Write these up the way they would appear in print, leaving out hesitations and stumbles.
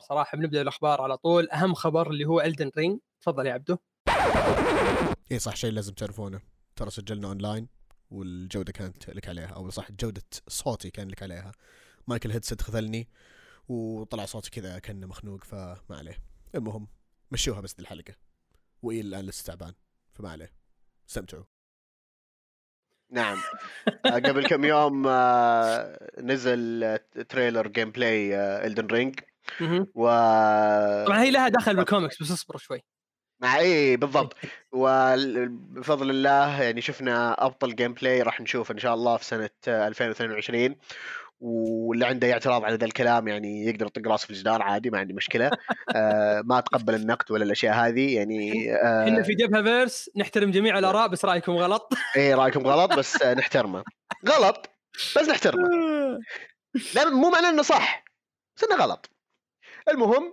صراحة بنبدأ الأخبار على طول. أهم خبر اللي هو Elden Ring. تفضل يا عبدو. ايه صح، شيء لازم تعرفونه، ترى سجلنا اونلاين والجودة كانت لك عليها، او صح جودة صوتي كان لك عليها. مايكل هيدسет خذلني وطلع صوتي كذا كأنه مخنوق، فما عليه. المهم مشيوها بس دي الحلقة، وإيه الآن لسه تعبان، فما عليه، استمتعوا. نعم. قبل كم يوم نزل تريلر جيم بلاي Elden Ring طبعا هي لها دخل بالكوميكس بس اصبروا شوي. مع ايه بالضبط. وبفضل الله يعني شفنا ابطل جيم بلاي راح نشوف ان شاء الله في سنة 2022. واللي عنده اعتراض على ذا الكلام يعني يقدر يطق راسه في الجدار عادي، ما عندي مشكلة. ما اتقبل النقد ولا الاشياء هذه يعني. احنا في جبهة فيرس نحترم جميع الآراء، بس رأيكم غلط. ايه رايكم غلط بس نحترمه. غلط بس نحترمه. لا مو معناه انه صح بس انه غلط. المهم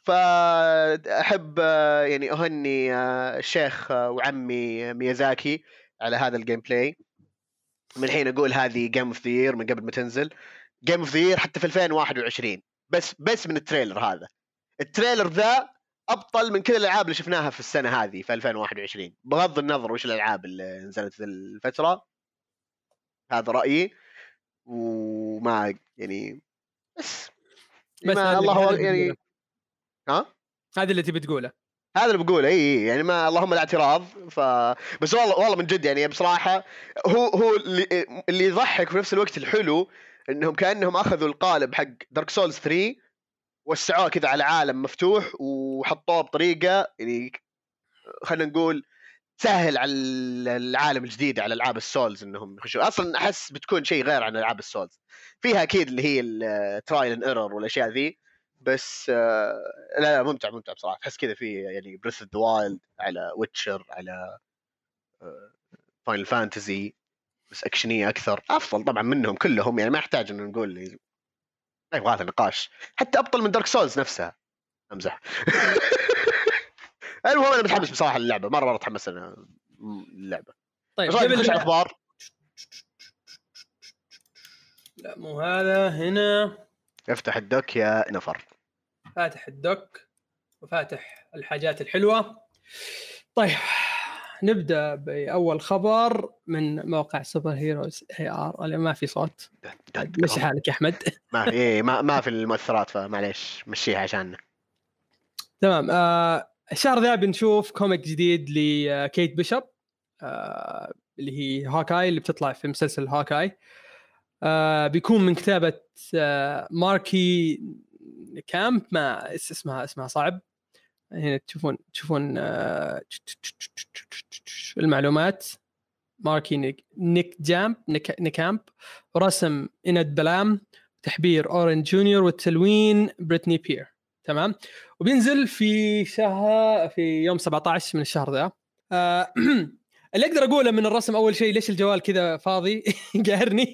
فاحب يعني اهني الشيخ وعمي ميازاكي على هذا الجيم بلاي. من الحين اقول هذه جيم اوف ذا يير من قبل ما تنزل. جيم اوف ذا يير حتى في 2021 بس من التريلر هذا. التريلر ذا ابطل من كل الالعاب اللي شفناها في السنه هذه في 2021 بغض النظر وش الالعاب اللي نزلت في الفتره. هذا رايي. وما يعني بس ما الله يعني هذا اللي تبي تقوله. هذا اللي بقوله اي يعني ما اللهم لا اعتراض. بس والله من جد يعني بصراحه هو اللي يضحك في نفس الوقت الحلو انهم كانهم اخذوا القالب حق دارك سولز 3 وسعوه كذا على عالم مفتوح وحطوه بطريقه يعني خلينا نقول سهل على العالم الجديد على العاب السولز انهم يخشوا. اصلا احس بتكون شيء غير عن العاب السولز. فيها اكيد اللي هي الترايل اند ايرور والاشياء ذي بس لا ممتع بصراحه. تحس كذا في يعني بريث اوف ذا وايلد على ويتشر على فاينل فانتزي بس اكشنيه اكثر افضل طبعا منهم كلهم يعني ما يحتاج انه نقول ما يبغى هذا النقاش. حتى ابطل من دارك سولز نفسها. امزح. المهم انا متحمس بصراحه للعبه مره متحمس انا اللعبه. طيب قبل نخش على الاخبار. لا مو هذا هنا. افتح الدوك يا نفر. فاتح الدوك وفاتح الحاجات الحلوة. طيب نبدأ بأول خبر من موقع سوبر هيروز هي ار. ما في صوت. مشي حالك يا أحمد. ما في المؤثرات فمعليش مشيها عشاننا. تمام. الشهر ذا بنشوف كوميك جديد لكيت بيشوب اللي هي هوكاي اللي بتطلع في مسلسل هوكاي. بيكون من كتابة ماركي كامب. ما اسمها صعب. هنا تشوفون المعلومات. ماركي نيكامب ورسم إند بلام تحبير أورين جونيور والتلوين بريتني بير. تمام. وبينزل في يوم 17 من الشهر ذا. اللي أقدر أقوله من الرسم أول شيء ليش الجوال كذا فاضي قاهرني.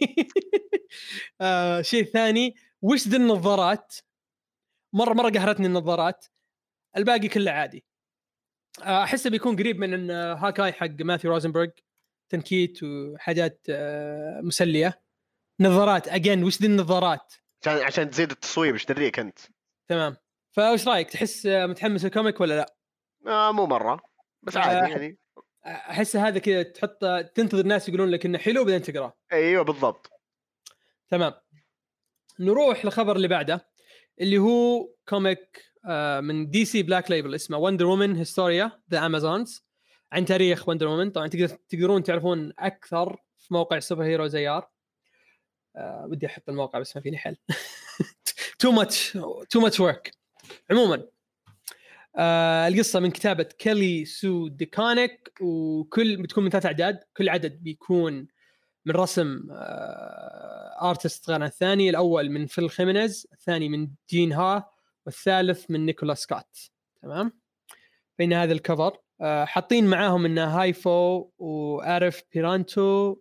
شيء ثاني وش ذي النظارات مرة قهرتني النظارات. الباقي كله عادي. أحسه بيكون قريب من هاكاي حق ماثيو روزنبرغ تنكيت وحاجات مسلية. نظارات أجين وش ذي النظارات عشان تزيد التصويب ايش دريك انت. تمام. فايش رايك تحس متحمس الكوميك ولا لا؟ مو مرة بس عادي يعني. أحس هذا كذا تنتظر الناس يقولون لك إنه حلو بعدين تقرأ. ايوه بالضبط. تمام. نروح للخبر اللي بعده اللي هو كوميك من دي سي بلاك ليبل اسمه وندر وومن هيستوريا ذا امازونز عن تاريخ وندر وومن. طبعا تقدرون تعرفون اكثر في موقع سوبر هيرو زي ار. بدي احط الموقع بس ما فيني حل. too much work. عموما القصه من كتابه كيلي سو ديكونيك وكل بتكون من 3 اعداد. كل عدد بيكون من رسم ارتست غير الثاني. الاول من فيل خيمينيز، الثاني من جين ها، والثالث من نيكولا سكوت. تمام. بين هذا الكفر حاطين معاهم انه هايفو وعارف بيرانتو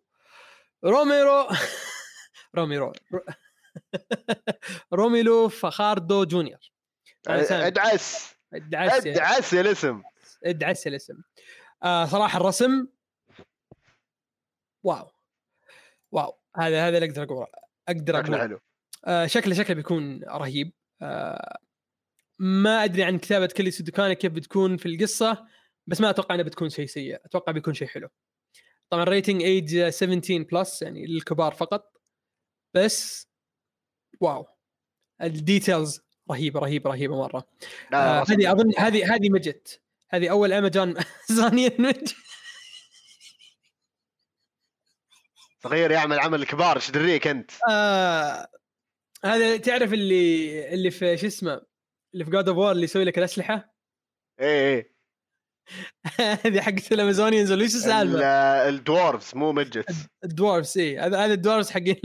روميلو فخاردو جونيور. ادعس الاسم. صراحه الرسم واو هذا اللي اقدر اقول. شكله حلو. شكله بيكون رهيب. ما ادري عن كتابه كيلي سودوكانا كيف بتكون في القصه، بس ما اتوقع انها بتكون شيء سيء، اتوقع بيكون شيء حلو. طبعا ريتنج ايج 17 بلس يعني للكبار فقط، بس واو الديتيلز رهيبه رهيبه رهيبه مره. هذه اظن هذه مجت، هذه اول امازون زانيا مجت. صغير يعمل عمل الكبار، ايش دريك انت؟ هذا تعرف اللي في شو اسمه، اللي في جاد اوف وور اللي يسوي لك الاسلحه. ايه هذه حقت الامازونيانز ولا ايش السالفه؟ الدوارفز مو مجت. الدوارفز ايه، هذا الدوارفز حقين.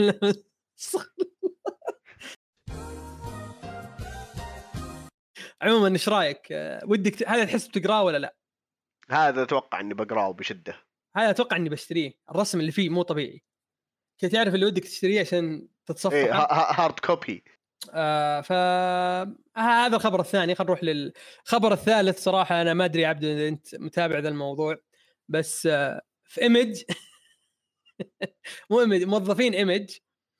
عموما ايش رايك؟ ودك هذا تحس بتقراه ولا لا؟ هذا اتوقع اني بقراه بشده. هذا اتوقع اني بشتريه، الرسم اللي فيه مو طبيعي. كيف تعرف اللي ودك تشتريه عشان تتصفح؟ إيه هارد كوبي. هذا الخبر الثاني. خلينا نروح للخبر الثالث. صراحه انا ما ادري عبد انت متابع ذا الموضوع، بس في ايمج مو ايمج، موظفين ايمج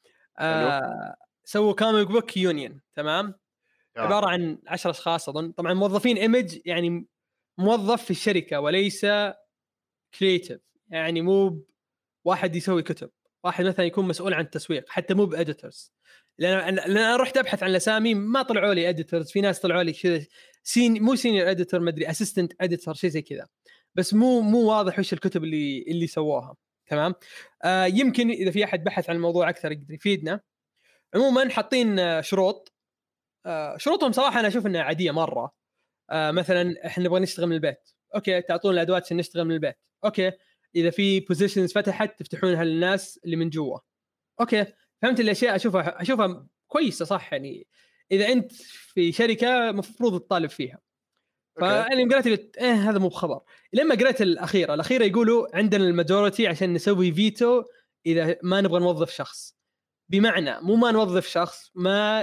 سووا كوميك بوك يونيون. تمام. عباره عن 10 اشخاص اظن. طبعا موظفين ايمج يعني موظف في الشركه وليس كرييتيف، يعني مو واحد يسوي كتب، واحد مثلا يكون مسؤول عن التسويق، حتى مو باديتورز. لان انا رحت ابحث عن الاسامي ما طلعوا لي اديتورز. في ناس طلعوا لي كذا مو سينيور اديتور، ما ادري اسيستنت اديتور شيء زي كذا، بس مو واضح وش الكتب اللي سووها. تمام. يمكن اذا في احد بحث عن الموضوع اكثر يقدر يفيدنا. عموما حاطين شروط. شروطهم صراحه انا اشوف انها عاديه مره. مثلا احنا نبغى نشتغل من البيت، اوكي تعطونا الادوات عشان نشتغل من البيت. اوكي اذا في بوزيشنز فتحت تفتحونها للناس اللي من جوا. اوكي فهمت الاشياء، اشوفها كويسه صح. يعني اذا انت في شركه مفروض تطالب فيها. فانا قرأت هذا مو بخبر. لما قرأت الاخيره يقولوا عندنا الماجوريتي عشان نسوي فيتو اذا ما نبغى نوظف شخص. بمعنى مو ما نوظف شخص، ما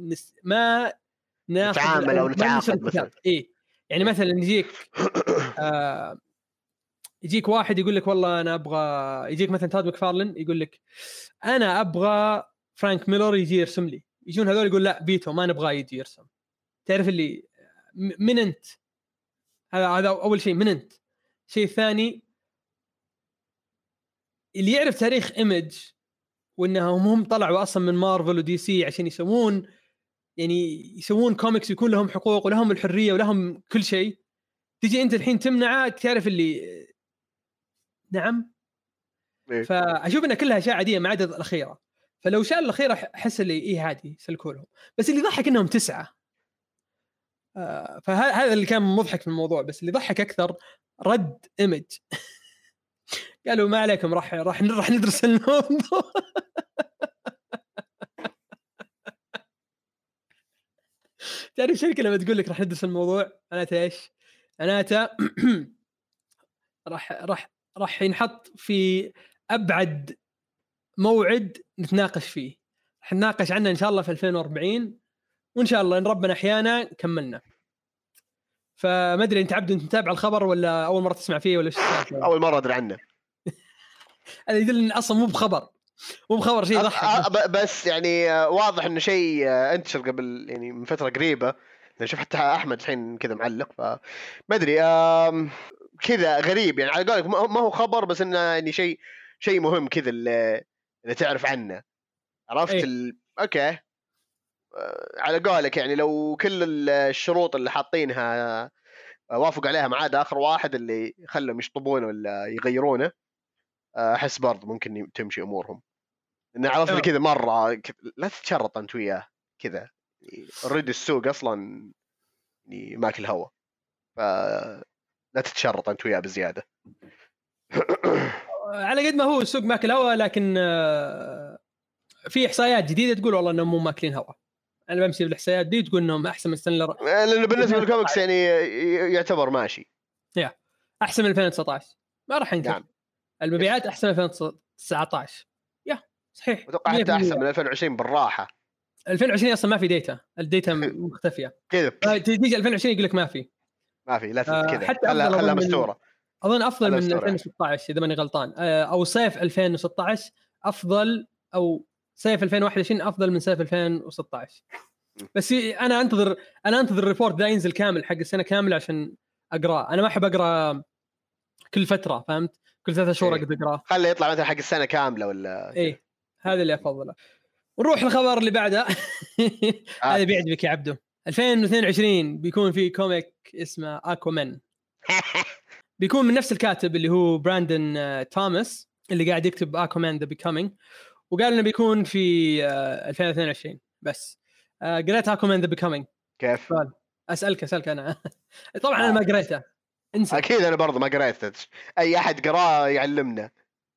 نتعامل او نتعاقد مثلا. ايه يعني مثلا يجيك واحد يقول لك والله انا ابغى، يجيك مثلا تاد مكفارلن يقول لك انا ابغى فرانك ميلر يجي يرسم لي، يجون هذول يقول لا بيتو ما نبغاه يجي يرسم. تعرف اللي من انت؟ هذا اول شيء. من انت؟ شيء ثاني اللي يعرف تاريخ ايمج وانهم هم طلعوا اصلا من مارفل ودي سي عشان يسوون كوميكس يكون لهم حقوق ولهم الحريه ولهم كل شيء، تجي انت الحين تمنعه. تعرف اللي نعم. فاشوف انها كلها اشياء عاديه ما عدا الاخيره. فلو شال الاخيره احس اللي ايه عادي سلكوا لهم. بس اللي ضحك انهم 9. فهذا اللي كان مضحك في الموضوع. بس اللي ضحك اكثر رد ايمج. قالوا ما عليكم، راح ندرس الموضوع. تعرف الشركه لما تقول لك راح ندرس الموضوع معناته ايش؟ معناته راح ينحط في ابعد موعد نتناقش فيه. راح نناقش عنه ان شاء الله في 2040، وان شاء الله ان ربنا احيانا كملنا. فما ادري انت عبد انت متابع الخبر ولا اول مره تسمع فيه ولا ايش؟ اول مره ادري عنه. هذا يدل ان اصلا مو بخبر شيء يضحك. بس يعني واضح انه شيء انتشر قبل يعني من فتره قريبه. انا شوف حتى احمد الحين كذا معلق، فما ادري كذا غريب يعني على قولك. ما هو خبر بس انه يعني شيء مهم كذا اللي تعرف عنه. عرفت اوكي على قولك يعني لو كل الشروط اللي حاطينها وافق عليها ما عدا اخر واحد اللي خلهم يشطبونه ولا يغيرونه، احس برضه ممكن تمشي امورهم. انه عرفت كذا مره لا تتشرط انت وياه كذا. اوريدي السوق اصلا يعني ماكل هوا، فلا تتشرط انت وياه بزياده. على قد ما هو السوق ماكل هوا، لكن في احصائيات جديده تقول والله انهم مو ماكلين هوا. انا بمشي بالاحصائيات دي تقول انهم احسن من السنه لانه بالنسبه للكوميكس يعني يعتبر ماشي. احسن من 2019 ما راح ينكر. المبيعات احسن من 2019 صحيح. اتوقع حتى احسن من 2020 بالراحه. 2020 اصلا ما في الداتا مختفيه كذا. تيجي 2020 يقول لك ما في لا كذا خلها مستوره. اظن افضل من 2016 اذا ماني غلطان، او صيف 2016 افضل، او صيف 2021 افضل من صيف 2016. بس انا انتظر الريبورت ذا ينزل كامل حق السنه كامله عشان اقراه. انا ما احب اقرا كل فتره، فهمت؟ كل 3 شهور اقدر اقراه. خليه يطلع مثلا حق السنه كامله ولا ايه هذا اللي افضله. نروح للخبر اللي بعده. هذا بيعجبك يا عبدو. 2022 بيكون في كوميك اسمه اكوامان. بيكون من نفس الكاتب اللي هو براندن توماس اللي قاعد يكتب اكوامان ذا بيكامينج، وقال انه بيكون في 2022 بس. قريت اكوامان ذا بيكامينج كيف؟ اسالك انا. طبعا انا ما قريته، انسى. اكيد انا برضه ما قريته، اي احد قراه يعلمنا.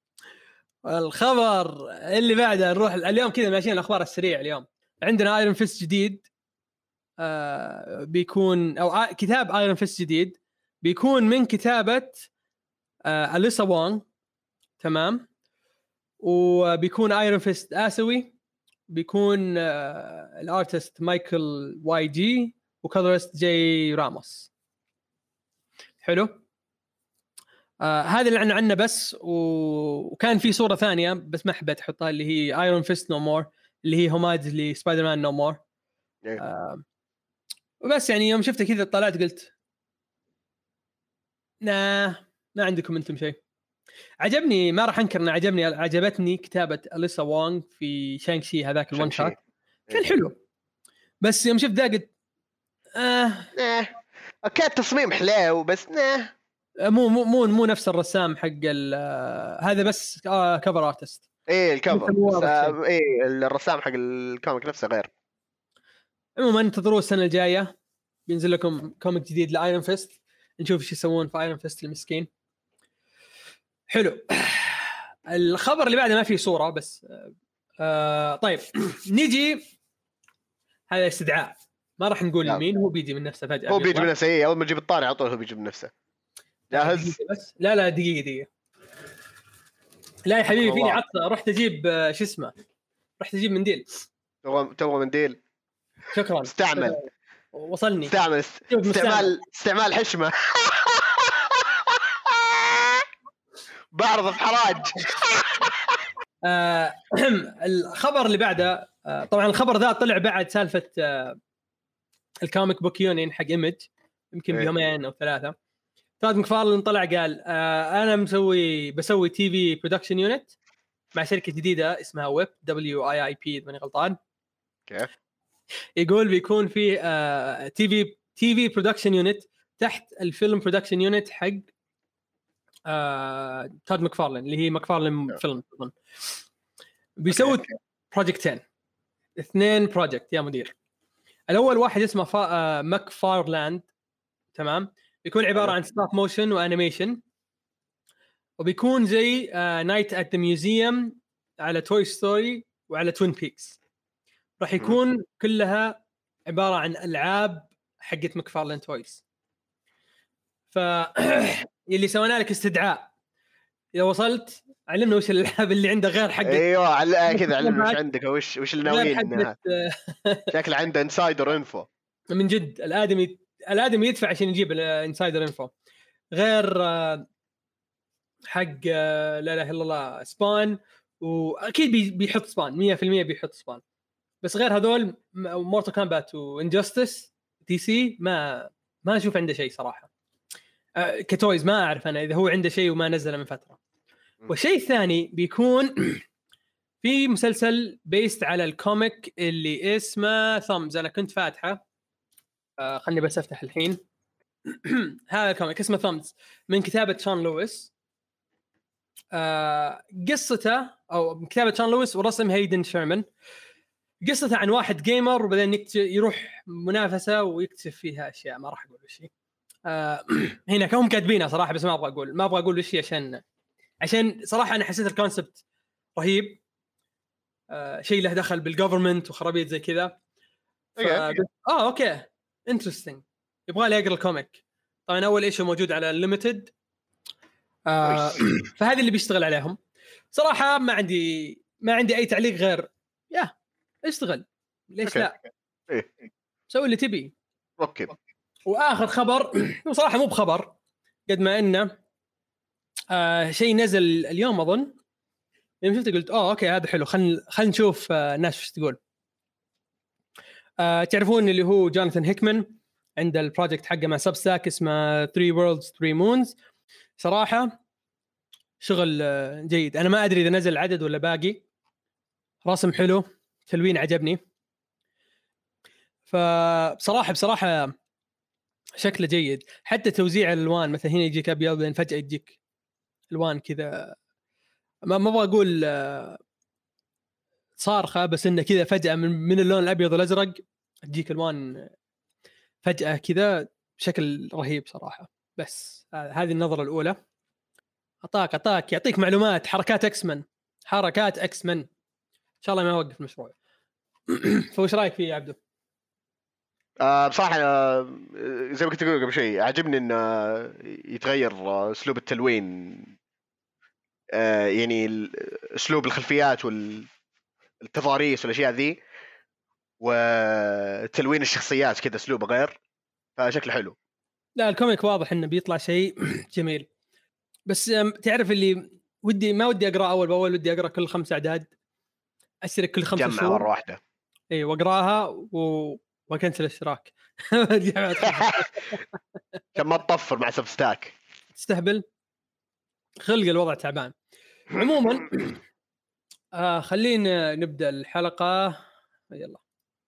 الخبر اللي بعده نروح اليوم كذا ماشيين الاخبار السريع. اليوم عندنا ايرون فيست جديد، بيكون او كتاب ايرون فيست جديد بيكون من كتابة أليسا وونغ، تمام. وبيكون ايرون فيست آسيوي، بيكون الارتست مايكل واي جي وكولرست جي راموس. حلو. هذا اللي عنه بس. وكان في صورة ثانية بس ما حبيت احطها، اللي هي ايرون فيست نو مور، اللي هي هوماج لسبايدر مان نو مور. وبس يعني يوم شفته كذا طلعت قلت ما عندكم انتم شيء. عجبني، ما راح انكر انه عجبتني كتابة أليسا وونغ في شانغ شي هذاك الون شوت، كان حلو. بس يوم شفت ذا قلت اوكي التصميم حلو بس مو نفس الرسام حق هذا بس كفر ارتست. ايه الكفر ايه الرسام حق الكوميك نفسه غير. عموما انتظروا السنة الجاية بينزل لكم كوميك جديد لآيرون فيست، نشوف ايش يسوون في آيرون فيست المسكين. حلو. الخبر اللي بعده ما فيه صورة بس. طيب نيجي، هذا استدعاء ما راح نقول مين، هو بيجي من نفسه فجأة. هو بيجي من نفسه. ايه اول ما تجيب الطاري على طول هو بيجي من نفسه. جاهز؟ بس لا دقيقة. لا يا حبيبي فيني عطسة، رحت اجيب شو اسمه، رحت اجيب منديل. تبغى منديل؟ شكرا. استعمل. وصلني. استعمال حشمة. بعرض بحراج. الخبر اللي بعده، طبعا الخبر ذا طلع بعد سالفة الكوميك بوك يونين حق إيمج، يمكن بيومين أو 3. تاد مكفارلن طلع قال أنا بسوي تي في برودكشن يونت مع شركة جديدة اسمها ويب WIIP إذا ماني غلطان. كيف؟ يقول بيكون في تي في برودكشن يونت تحت الفيلم برودكشن يونت حق تاد مكفارلن اللي هي مكفارلن فيلم. بيسوي بروجكتين 2 بروجكت يا مدير. الاول واحد اسمه مكفارلاند، تمام. بيكون عباره عن ستوب موشن وانيميشن، وبيكون زي نايت ات ذا ميوزيوم على توي ستوري وعلى توين بيكس. راح يكون كلها عباره عن العاب حقت مكفارلاند تويز. ف اللي سوينا لك استدعاء، اذا وصلت علمنا وش الالعاب اللي عنده غير حق. ايوه كذا علمنا وش عندك وش اللي ناويين. شكل عنده انسايدر انفو. من جد الادمي يدفع عشان يجيب الانسايدر انفو، غير حق لا اله الا الله سبان. واكيد بيحط سبان 100% بيحط سبان. بس غير هذول مورتال كومبات وانجستس دي سي ما اشوف عنده شيء صراحه. كتويز ما اعرف انا اذا هو عنده شيء وما نزله من فتره. والشيء الثاني بيكون في مسلسل بيست على الكوميك اللي اسمه ثامز. انا كنت فاتحه، خلني بس افتح الحين. هذا الكوميك اسمه ثامز من كتابه شون لويس. قصته او كتابه شون لويس ورسم هيدن شيرمان. قصته عن واحد جيمر وبعدين يروح منافسه ويكتشف فيها اشياء ما راح اقول وش هي. هنا هم كاتبينها صراحه بس ما ابغى اقول وش هي عشان صراحه انا حسيت الكونسبت رهيب. شيء له دخل بالجوفرمنت وخرابيط زي كذا. اوكي انترستينج، يبغى لي اقرا الكوميك. طبعا اول ايشو موجود على الليميتد. فهذه اللي بيشتغل عليهم صراحه. ما عندي اي تعليق غير اشتغل ليش لا سوي اللي تبي. اوكي. واخر خبر وصراحه مو بخبر قد ما انه شيء نزل اليوم اظن. يوم شفته قلت اوكي هذا حلو، خلينا نشوف الناس وش تقول. تعرفون اللي هو جوناثان هيكمان عنده البروجكت حقه مع سبستاك اسمه 3 Worlds 3 Moons. صراحة شغل جيد. أنا ما أدري إذا نزل عدد ولا باقي. رسم حلو، تلوين عجبني، فبصراحة شكله جيد. حتى توزيع الألوان، مثلا هنا يجيك أبيض بعدين فجأة يجيك ألوان كذا، ما أبغى أقول صارخة، بس إنه كذا فجأة من اللون الأبيض والأزرق تجيك ألوان فجأة كذا بشكل رهيب صراحة. بس هذه النظرة الأولى. أعطاك يعطيك معلومات. حركات أكسمن إن شاء الله ما أوقف المشروع. فوش رأيك فيه يا عبدو؟ بصراحة زي ما كنت أقول قبل شيء، عجبني إن يتغير أسلوب التلوين، يعني أسلوب الخلفيات والتضاريس والأشياء ذي، وتلوين الشخصيات كذا أسلوبه غير، فشكله حلو. لا الكوميك واضح إنه بيطلع شيء جميل. بس تعرف اللي ما ودي أقرأ أول بأول، ودي أقرأ كل 5 أعداد، أشترك كل 5 شهور مرة واحدة. إيه وأقرأها وكنسل الاشتراك. عشان ما تطفر مع سبستاك. تستهبل، خلق الوضع تعبان. عموما خلينا نبدأ الحلقة، يلا.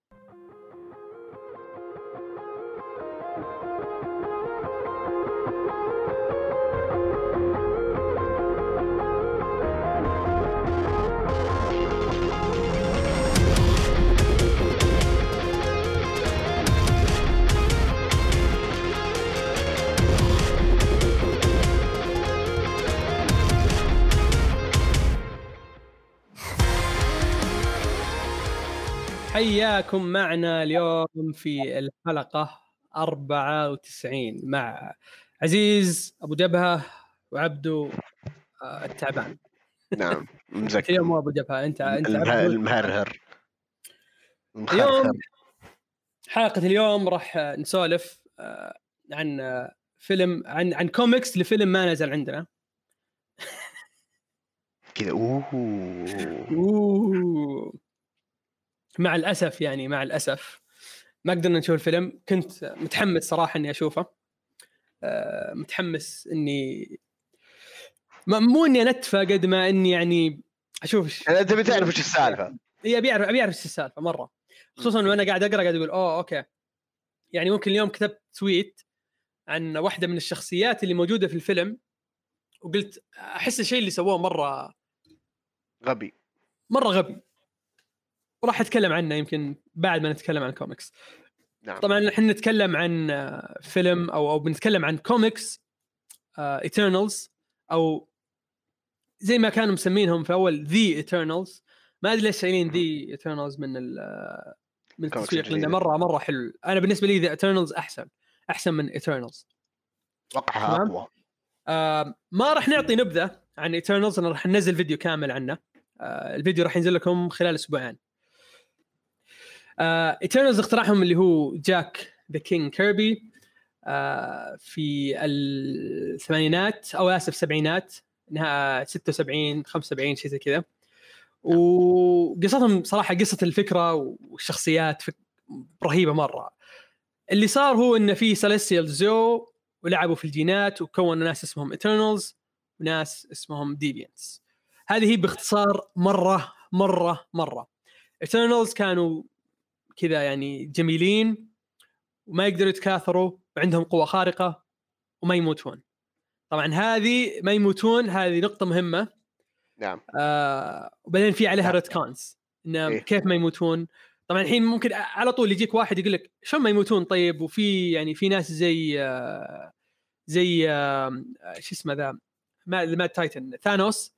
حياكم معنا اليوم في الحلقة 94 مع عزيز أبو جبهة وعبدو التعبان. نعم مزكي. اليوم مو أبو جبهة، أنت المهرهر. اليوم حلقة اليوم راح نسولف عن فيلم، عن كوميكس لفيلم ما نزل عندنا كذا. مع الأسف ما قدرنا نشوف الفيلم. كنت متحمس صراحة إني أشوفه، متحمس إني مو إني أنتفى قد ما إني يعني أشوف. أنت بتعرف وش السالفة؟ أبي أعرف إيش السالفة مرة، خصوصاً وأنا قاعد أقرأ قاعد أقول أوكي، يعني ممكن اليوم كتبت تويت عن واحدة من الشخصيات اللي موجودة في الفيلم، وقلت أحس الشيء اللي سووه مرة غبي، وراح أتكلم عنه يمكن بعد ما نتكلم عن الكوميكس. نعم. طبعا احنا نتكلم عن فيلم او بنتكلم عن كوميكس Eternals، او زي ما كانوا مسمينهم في اول The Eternals. ما ادري ليش شايلين The Eternals من التسويق، لانه مره حلو. انا بالنسبه لي The Eternals احسن من Eternals، وقعها اقوى. ما راح نعطي نبذه عن Eternals، انا راح ننزل فيديو كامل عنه. الفيديو راح ينزل لكم خلال اسبوعين. Eternals اخترعهم اللي هو جاك ذا كينج كيربي في الثمانينات او اسف السبعينات، انها 76 75 شيء زي كذا. وقصتهم صراحه قصه الفكره والشخصيات رهيبه مره. اللي صار هو ان في سيليستيال زو ولعبوا في الجينات وكونوا ناس اسمهم Eternals وناس اسمهم Deviants. هذه هي باختصار مره. Eternals كانوا كذا يعني جميلين وما يقدروا يتكاثروا وعندهم قوة خارقة وما يموتون. طبعا هذه ما يموتون هذه نقطة مهمة. نعم. وبعدين في عليها ريتكونز إن كيف ما يموتون. طبعا الحين ممكن على طول يجيك واحد يقول لك شو ما يموتون طيب، وفي يعني في ناس زي شو اسمه ذا ما تايتن ثانوس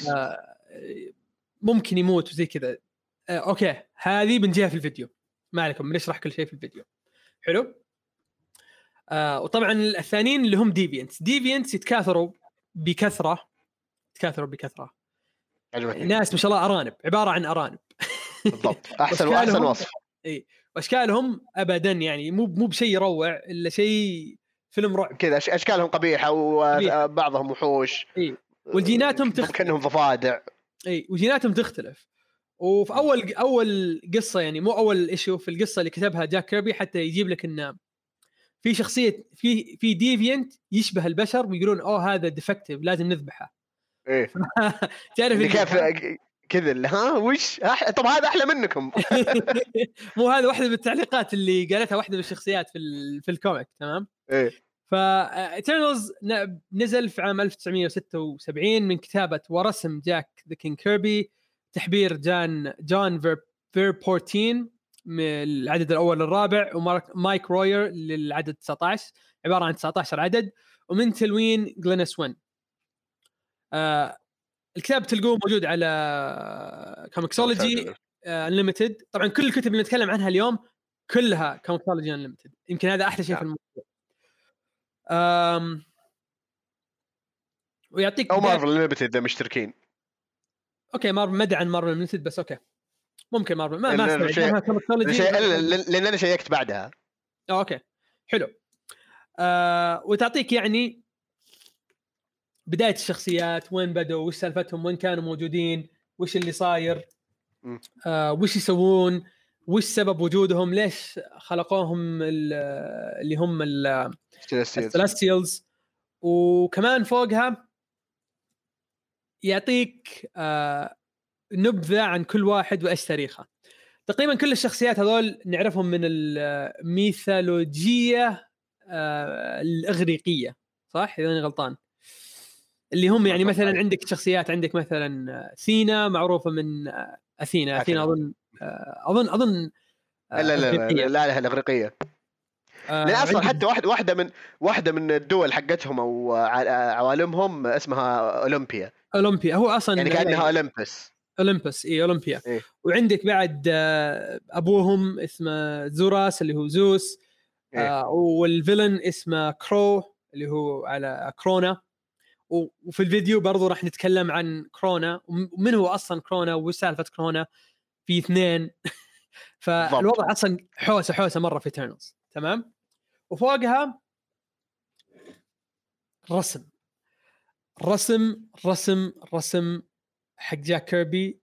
ممكن يموت وزي كذا. اوكي هذه بنجيها في الفيديو، ما عليكم بنشرح كل شيء في الفيديو. حلو. وطبعا الثانيين اللي هم ديفينتس يتكاثروا بكثرة ناس ما شاء الله أرانب، عبارة عن أرانب بالضبط. أحسن وصف. اي واشكالهم ابدا يعني مو بشيء يروع الا شيء فيلم رعب كذا. اشكالهم قبيحه وبعضهم وحوش. اي والجيناتهم كأنهم ضفادع. اي وجيناتهم تختلف. وفي اول قصه يعني مو اول ايشو في القصه اللي كتبها جاك كيربي حتى يجيب لك ان في شخصيه في ديفينت يشبه البشر ويقولون هذا ديفكتيف لازم نذبحه. ايه تعرف اللي كيف كذا ها وش طب هذا احلى منكم. مو هذا واحده من التعليقات اللي قالتها واحده من الشخصيات في الكوميك. تمام. ايه فإترنالز نزل في عام 1976 من كتابة ورسم جاك ذا كينج كيربي، تحبير جون فيربورتين من العدد الأول للرابع، ومايك روير للعدد 19، عبارة عن 19 عدد، ومن تلوين جلينس وين. الكتاب تلقوه موجود على كوميكسولوجي انليمتد. طبعا كل الكتب اللي نتكلم عنها اليوم كلها كوميكسولوجي انليمتد، يمكن هذا أحلى شيء في الموضوع. ويعطيك او مارفل ليميتد اذا مشتركين. اوكي مارفل مدى عن مارفل ليميتد بس اوكي ممكن مارفل ما لان انا شيكت بعدها. اوكي حلو. وتعطيك يعني بدايه الشخصيات، وين بدوا، وش سالفتهم، وين كانوا موجودين، وش اللي صاير، وش يسوون، وش سبب وجودهم، ليش خلقوهم اللي هم السلستيالز. وكمان فوقها يعطيك نبذة عن كل واحد وإيش تاريخه. تقريبا كل الشخصيات هذول نعرفهم من الميثولوجية الإغريقية، صح إذا أنا غلطان؟ اللي هم يعني مثلا عندك شخصيات، عندك مثلا ثينا معروفة من أثينا أظن لا الإغريقية. لأن أصلا حتى واحدة من الدول حقتهم أو عوالمهم اسمها أولمبيا. هو أصلا يعني كأنها أولمبس. إيه أولمبيا. إيه. وعندك بعد أبوهم اسمه زوراس اللي هو زوس. إيه. والفيلن اسمه كرو اللي هو على كرونا. وفي الفيديو برضو راح نتكلم عن كرونا ومن هو أصلا كرونا وسالفة كرونا في 2. فالوضع أصلا حوسة مرة في إترنالز. تمام. وفوقها رسم حق جاك كيربي،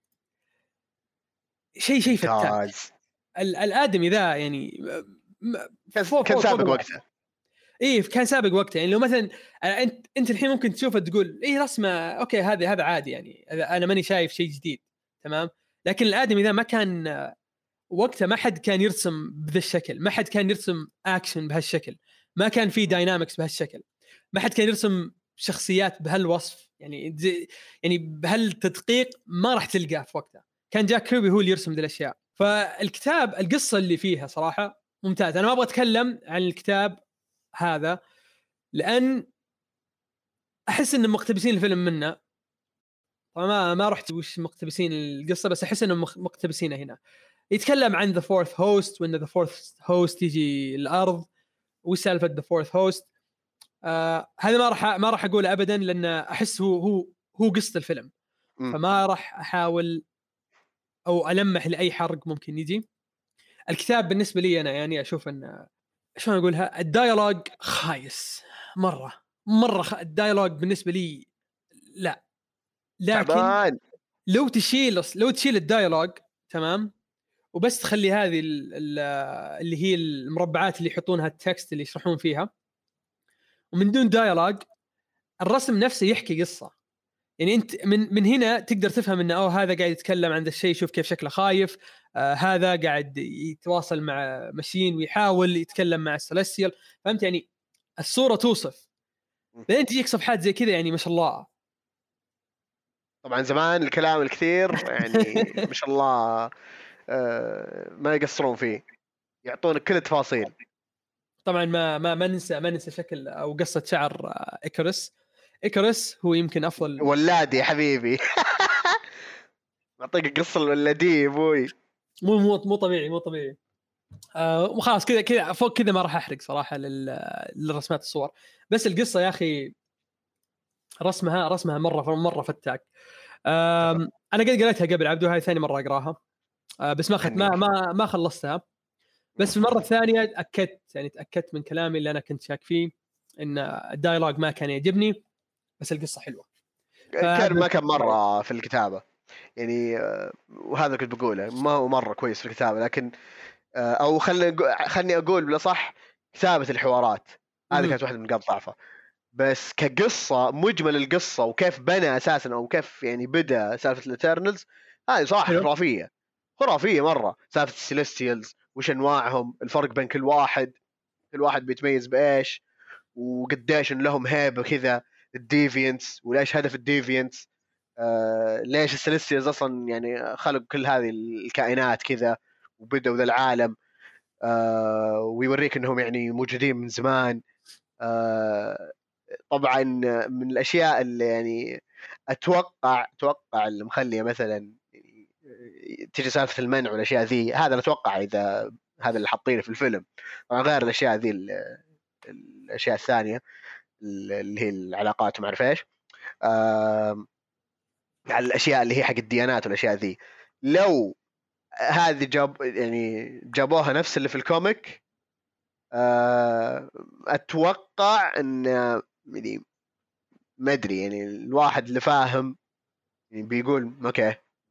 شيء فتاك. الآدمي ذا يعني كان سابق وقته. إيه كان سابق وقته. يعني لو مثلا أنت الحين ممكن تشوفه تقول إيه رسمه أوكي هذا عادي، يعني أنا ماني شايف شيء جديد. تمام. لكن الآدمي ذا ما كان وقتها، ما حد كان يرسم بهذا الشكل، ما حد كان يرسم أكشن بهالشكل، ما كان في داينامكس بهالشكل، ما حد كان يرسم شخصيات بهالوصف، يعني بهالتدقيق ما راح تلقاه في وقتها. كان جاك كيربي هو اللي يرسم ذي الأشياء. فالكتاب القصة اللي فيها صراحة ممتاز. أنا ما أبغى أتكلم عن الكتاب هذا لأن أحس إن مقتبسين الفيلم منه. طبعا ما رحت وش مقتبسين القصة، بس أحس إنهم مقتبسينه هنا. يتكلم عن The Fourth Host، وإن The Fourth Host يجي الأرض، وش سالفة The Fourth Host. هذا ما راح أقوله أبدا لأن أحس هو قصة الفيلم. فما راح أحاول أو ألمح لأي حرق ممكن يجي. الكتاب بالنسبة لي أنا يعني أشوف أن شلون أقولها، الديالوج خايس مرة الديالوج بالنسبة لي لا. لكن لو تشيل الديالوج تمام، وبس تخلي هذه اللي هي المربعات اللي يحطونها التكست اللي يشرحون فيها، ومن دون ديالوج الرسم نفسه يحكي قصة. يعني انت من هنا تقدر تفهم انه هذا قاعد يتكلم عن ذا الشيء، شوف كيف شكله خايف، هذا قاعد يتواصل مع ماشين ويحاول يتكلم مع السلسيال. فهمت؟ يعني الصورة توصف. بعدين تجيك صفحات زي كذا يعني ما شاء الله. طبعا زمان الكلام الكثير يعني ما شاء الله ما يقصرون فيه، يعطونك كل التفاصيل. طبعا ما ننسى شكل او قصة شعر إيكاريس هو يمكن افضل ولادي حبيبي. اعطيك قصة الولادي يا ابوي. مو طبيعي. وخلاص كذا فوق كذا ما راح احرق صراحة للرسمات الصور. بس القصة يا اخي رسمها مرة فتاك. انا قد قريتها قبل عبدو، هاي ثاني مرة اقراها. بس ما خلصتها. بس في المرة الثانية تأكدت من كلامي اللي أنا كنت شاك فيه، إن الدايلوج ما كان يعجبني بس القصة حلوة. ما كان مرة في الكتابة. يعني وهذا كنت بقوله ما هو مره كويس في الكتابه، لكن او خلني اقول بالاصح كتابه الحوارات هذه كانت واحده من نقاط ضعفه. بس كقصه مجمل القصه وكيف بنى اساسا او كيف يعني بدا سالفه الاترنالز هذه صراحه خرافيه مره. سالفه السيليستيالز وش انواعهم، الفرق بين كل واحد بيتميز بايش، وقديش ان لهم هيبه كذا، الديفينتس وليش هدف الديفينتس، ليش السيليستيالز اصلا يعني خلقوا كل هذه الكائنات كذا وبدأوا ذا العالم، ويوريك انهم يعني موجودين من زمان. طبعا من الاشياء اللي يعني اتوقع اللي مخليه مثلا تيجي سالفه المنع والاشياء ذي، هذا انا اتوقع اذا هذا اللي حاطينه في الفيلم، غير الاشياء ذي الاشياء الثانيه اللي هي العلاقات وما اعرف ايش، على الاشياء اللي هي حق الديانات والاشياء ذي. لو هذه جابوها نفس اللي في الكوميك، اتوقع ان يعني ما ادري، يعني الواحد اللي فاهم يعني بيقول اوكي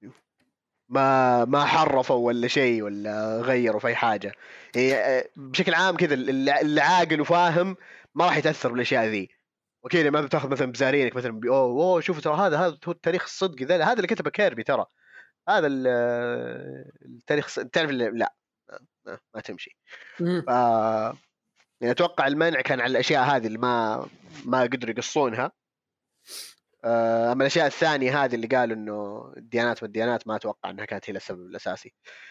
ما حرفوا ولا شيء ولا غيروا في اي حاجه. يعني بشكل عام كذا اللي عاقل وفاهم ما راح يتاثر بالاشياء ذي. اوكي ما بتاخذ مثلا بزارينك مثلا اوه شوفوا ترى هذا هو التاريخ الصدقي، هذا اللي كتبه كيربي، ترى هذا التاريخ تعرف لا ما تمشي. ف يعني اتوقع المنع كان على الاشياء هذه اللي ما قدروا يقصونها. اما الاشياء الثانيه هذه اللي قالوا انه الديانات ما اتوقع انها كانت هي السبب الاساسي.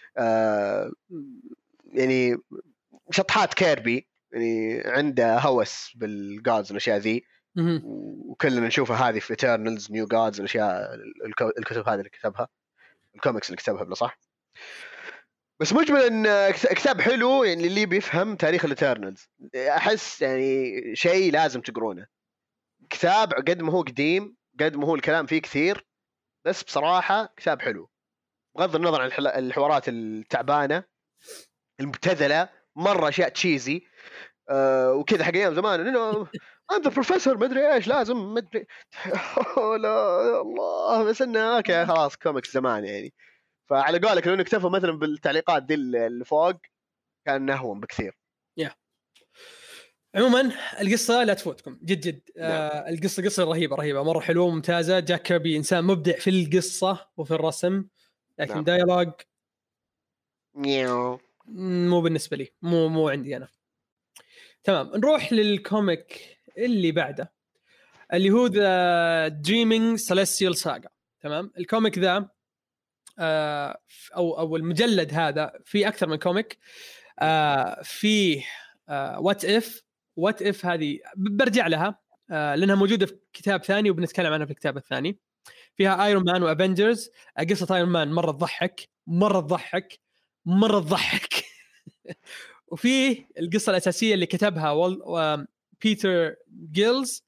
يعني شطحات كيربي يعني عنده هوس بالجادز والاشياء ذي، وكلنا نشوفها هذه في ايترنالز نيو جادز، الاشياء الكتب هذه اللي كتبها، الكوميكس اللي كتبها بلا صح. بس مجملا كتاب حلو، يعني اللي بيفهم تاريخ الاترنالز احس يعني شيء لازم تقرونه. كتاب قد ما هو قديم قد ما هو الكلام فيه كثير، بس بصراحة كتاب حلو بغض النظر عن الحوارات التعبانة المبتذلة مرة، أشياء تشيزي وكذا حق أيام زمان إنه أنت بروفيسور مدري إيش لازم مدري لا الله، بس إنه أوكي خلاص كوميكس زمان يعني. فعلى قولك لو اكتفوا مثلا بالتعليقات دي اللي فوق كان أهون بكثير. عموما القصة لا تفوتكم جد القصة قصة رهيبة مرة حلوة وممتازة. جاك كيربي إنسان مبدع في القصة وفي الرسم، لكن دايلوج مو بالنسبة لي، مو عندي أنا. تمام، نروح للكوميك اللي بعده اللي هو The Dreaming Celestial Saga. تمام، الكوميك ذا أو المجلد هذا في أكثر من كوميك. فيه وات إف هذه برجع لها لأنها موجودة في كتاب ثاني وبنتكلم عنها في الكتاب الثاني. فيها ايرون مان وافنجرز. قصة ايرون مان مرة تضحك وفيه القصة الأساسية اللي كتبها بيتر جيلز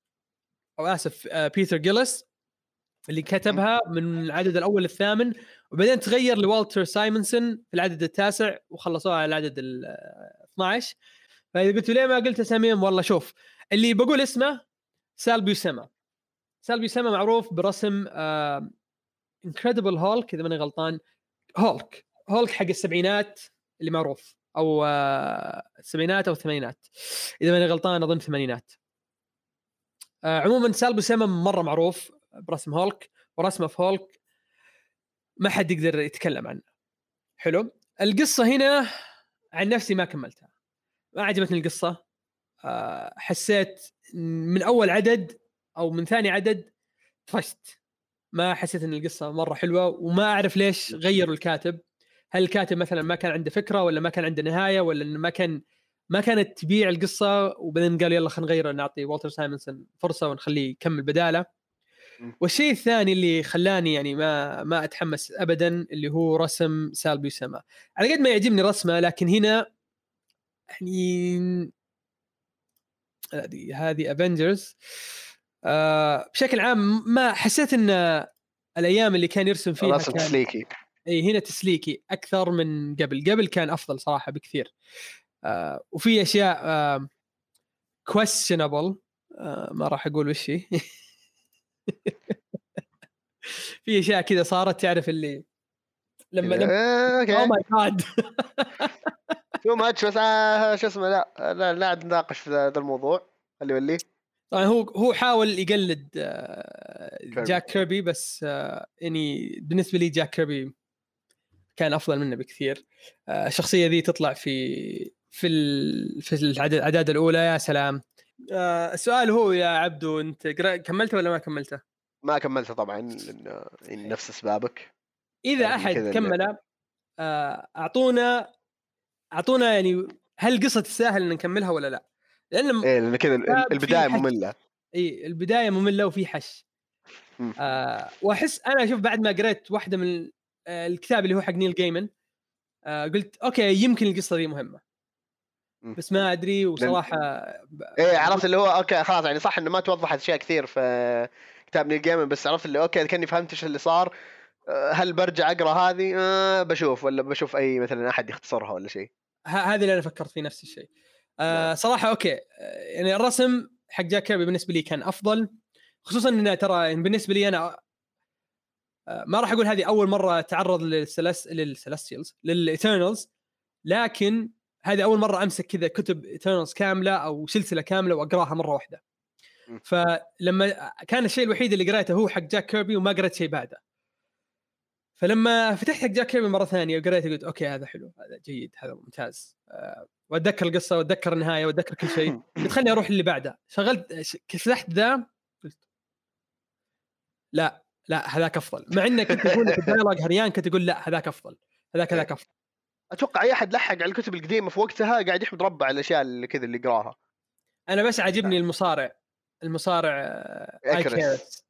بيتر جيلس اللي كتبها من العدد الأول للثامن، وبعدين تغير لوالتر سايمونسون في العدد التاسع وخلصوها على العدد 12. فإذا قلت ليه ما قلت اساميهم، والله شوف اللي بقول اسمه سال بيوسيما معروف برسم انكريدبل هولك إذا ماني غلطان، هولك حق السبعينات اللي معروف، أو السبعينات أو الثمانينات إذا ماني غلطان، أظن الثمانينات. عموما سال بيوسيما مرة معروف برسم هولك، ورسمه في هولك ما حد يقدر يتكلم عنه. حلو، القصة هنا عن نفسي ما كملتها، ما عجبتني القصة. حسيت من أول عدد أو من ثاني عدد طفشت، ما حسيت ان القصه مره حلوه، وما اعرف ليش غيروا الكاتب. هل الكاتب مثلا ما كان عنده فكره، ولا ما كان عنده نهايه، ولا انه ما كانت تبيع القصه وبعدين قال يلا خلينا نغير، نعطي والتر سايمونسون فرصه ونخليه يكمل بداله. والشيء الثاني اللي خلاني يعني ما اتحمس ابدا اللي هو رسم سال بيوسيما. على قد ما يعجبني رسمه، لكن هنا يعني هذه افنجرز بشكل عام ما حسيت ان الايام اللي كان يرسم فيها كان تسليكي. اي هنا تسليكي اكثر من قبل كان افضل صراحه بكثير. وفي اشياء questionable، ما راح اقول وش هي في اشياء كذا صارت تعرف اللي لما اوكي او ماي جاد. تو ماتش بس شو اسمه لا نناقش في ذا الموضوع اللي يوليه. طبعا هو حاول يقلد جاك كيربي، بس يعني بالنسبه لي جاك كيربي كان افضل منه بكثير. الشخصيه ذي تطلع في الاعداد الاولى، يا سلام. السؤال هو يا عبدو، انت كملته ولا ما كملته؟ ما كملته طبعا لأن نفس اسبابك. اذا احد كمله اعطونا يعني هل القصه تستاهل ان نكملها ولا لا؟ لان كذا البدايه ممله. اي البدايه ممله وفي حش. واحس انا اشوف بعد ما قريت واحده من الكتاب اللي هو حق نيل جيمن، قلت اوكي يمكن القصه دي مهمه، بس ما ادري وصراحه. عرفت اللي هو اوكي خلاص يعني صح انه ما توضحت اشياء كثير في كتاب نيل جيمن، بس عرفت اللي اوكي كاني فهمت ايش اللي صار. هل برجع اقرا هذه؟ بشوف ولا بشوف اي مثلا احد يختصرها ولا شيء. هذا اللي انا فكرت فيه نفس الشيء. صراحه اوكي، يعني الرسم حق جاك كيربي بالنسبه لي كان افضل، خصوصا انه ترى بالنسبه لي انا ما راح اقول هذه اول مره اتعرض للسلستيالز للإيترنالز، لكن هذه اول مره امسك كذا كتب إيترنالز كامله او سلسله كامله واقراها مره واحده. فلما كان الشيء الوحيد اللي قريته هو حق جاك كيربي وما قريت شيء بعده، فلما فتحت حق جاك كيربي مره ثانيه وقريته قلت اوكي هذا حلو، هذا جيد، هذا ممتاز. واتذكر القصه واتذكر النهايه واتذكر كل شيء. قلت خلني اروح اللي بعده. شغلت فتحت ذا قلت لا هذاك افضل، مع انك كنت تقول لك الديالوج هريان، كنت تقول لا هذاك افضل، هذاك افضل. اتوقع اي احد لحق على الكتب القديمه في وقتها قاعد يحمد ربه على الاشياء اللي كذا اللي يقراها. انا بس عجبني المصارع ايكرس.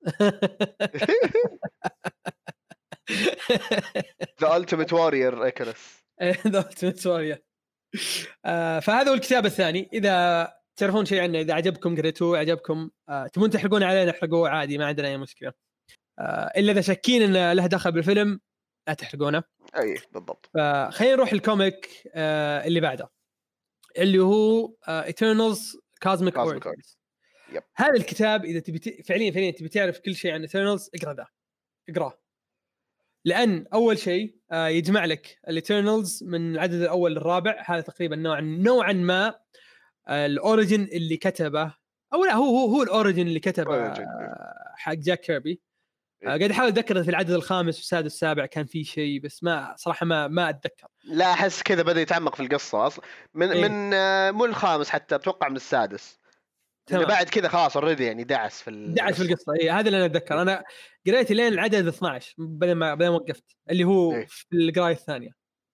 ذا التيميت واريور ايكرس. ذا التيميت واريور. فهذا هو الكتاب الثاني. اذا تعرفون شيء عنه، اذا عجبكم قريتوه، عجبكم تبون تحرقون علينا احرقوه عادي، ما عندنا اي مشكله. الا اذا شاكين انه له دخل بالفيلم لا تحرقونه. اي بالضبط. فخلينا نروح الكوميك اللي بعده، اللي هو Eternals Cosmic Origins. هذا الكتاب اذا تبي فعليا تبي تعرف كل شيء عن Eternals اقراه. لان اول شيء يجمع لك الإيترنالز من العدد الاول للرابع. هذا تقريبا نوعا ما الاوريجن اللي كتبه، او لا هو الاوريجن اللي كتبه حق جاك كيربي. قاعد احاول اتذكر في العدد الخامس والسادس والسابع كان في شيء، بس ما صراحه ما اتذكر. لا احس كذا بدا يتعمق في القصه اصلا من مو الخامس حتى، اتوقع من السادس. بعد كذا خلاص اوريدي يعني دعس في القصه. هذا اللي انا اتذكر. انا قريت لين العدد 12 بعدين ما وقفت، اللي هو في القرايه الثانيه.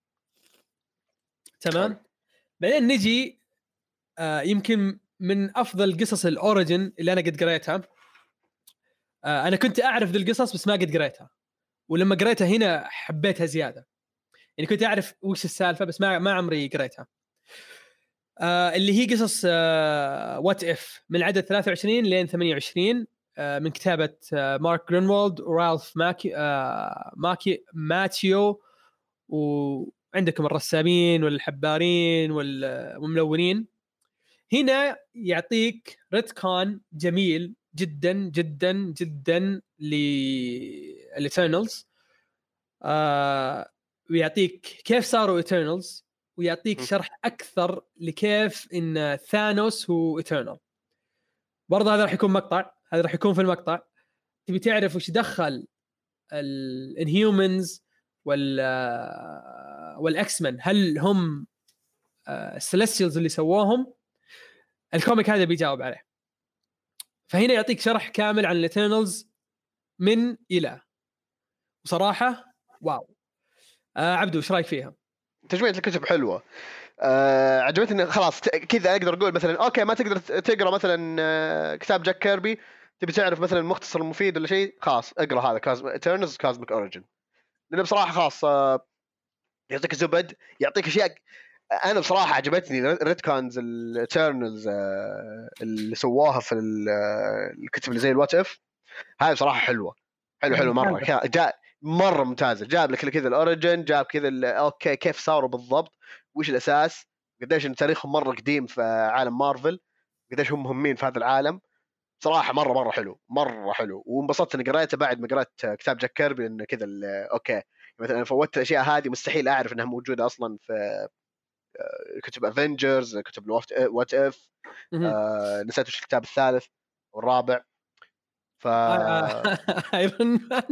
تمام. بعدين نجي يمكن من افضل قصص الاوريجن اللي انا قد قريتها. انا كنت اعرف ذي القصص بس ما قد قريتها، ولما قريتها هنا حبيتها زياده. يعني كنت اعرف وش السالفه بس ما عمري قريتها. اللي هي قصص وات اف من العدد 23 لين 28 من كتابه مارك جرينوالد ورالف ماتيو، وعندكم الرسامين والحبارين والملونين. هنا يعطيك ريتكون جميل جدا جدا جدا للإيترنالز، ويعطيك كيف صاروا إيترنالز، ويعطيك شرح أكثر لكيف إن ثانوس هو إيترنال. برضه هذا راح يكون مقطع، هذا راح يكون في المقطع. تبي تعرف وش دخل الانهيومنز والأكسمن، هل هم السلستيالز اللي سووهم؟ الكوميك هذا بيجاوب عليه. فهنا يعطيك شرح كامل عن الإيترنالز من إلى، وصراحة واو. عبدو ايش رايك فيها؟ تجميع الكتب حلوه. عجبتني. خلاص كذا اقدر اقول مثلا اوكي ما تقدر تقرا مثلا كتاب جاك كيربي، تبي تعرف مثلا المختصر المفيد ولا شيء، خلاص اقرا هذا Eternals Cosmic Origin، لانه بصراحه خلاص يعطيك زبد، يعطيك اشياء. انا بصراحه عجبتني الريتكونز الإيترنالز اللي سواها في الكتب اللي زي الوات اف. هاي بصراحه حلوه مره، جاء مره ممتازه. جاب لك كذا الاوريجن، جاب كذا اوكي كيف صاروا بالضبط، وش الاساس، قديش ان تاريخهم مره قديم في عالم مارفل، قديش هم مهمين في هذا العالم. صراحه مره حلو، مره حلو، وانبسطت اني قريته بعد ما قرأت كتاب جاك كيربي، انه كذا اوكي مثلا انا فوتت الاشياء هذه مستحيل اعرف انها موجوده اصلا في كتب افنجرز، كتب وات اف. نسيت وش الكتاب الثالث والرابع. ف ايرون مان.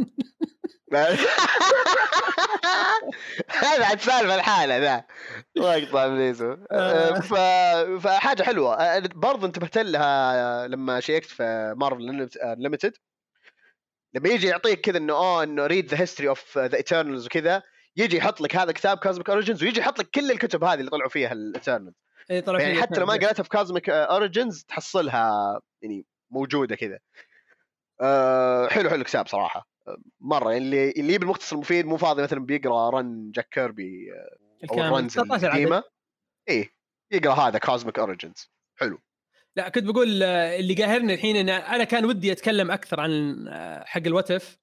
هذا عاد سالفه الحاله ذا واقطع بليزو. فحاجه حلوه برضه انتبهت لها لما شيكت في مارفل ليميتد، لما يجي يعطيك كذا انه ريد ذا هيستوري اوف ذا ايترنالز وكذا، يجي يحط لك هذا كتاب كازميك اوريجنز، ويجي يحط لك كل الكتب هذه اللي طلعوا فيها الايترنالز. يعني حتى لو ما قريتها في كازميك اوريجنز تحصلها يعني موجوده كذا. حلو الكتاب صراحه مره، يعني اللي يبي المختصر المفيد مو فاضي مثلا بيقرا رن جاك كيربي او الرنز القديمه، ايه يقرا هذا كازميك اوريجنز حلو. لا كنت بقول اللي قاهرني الحين ان انا كان ودي اتكلم اكثر عن حق الوتف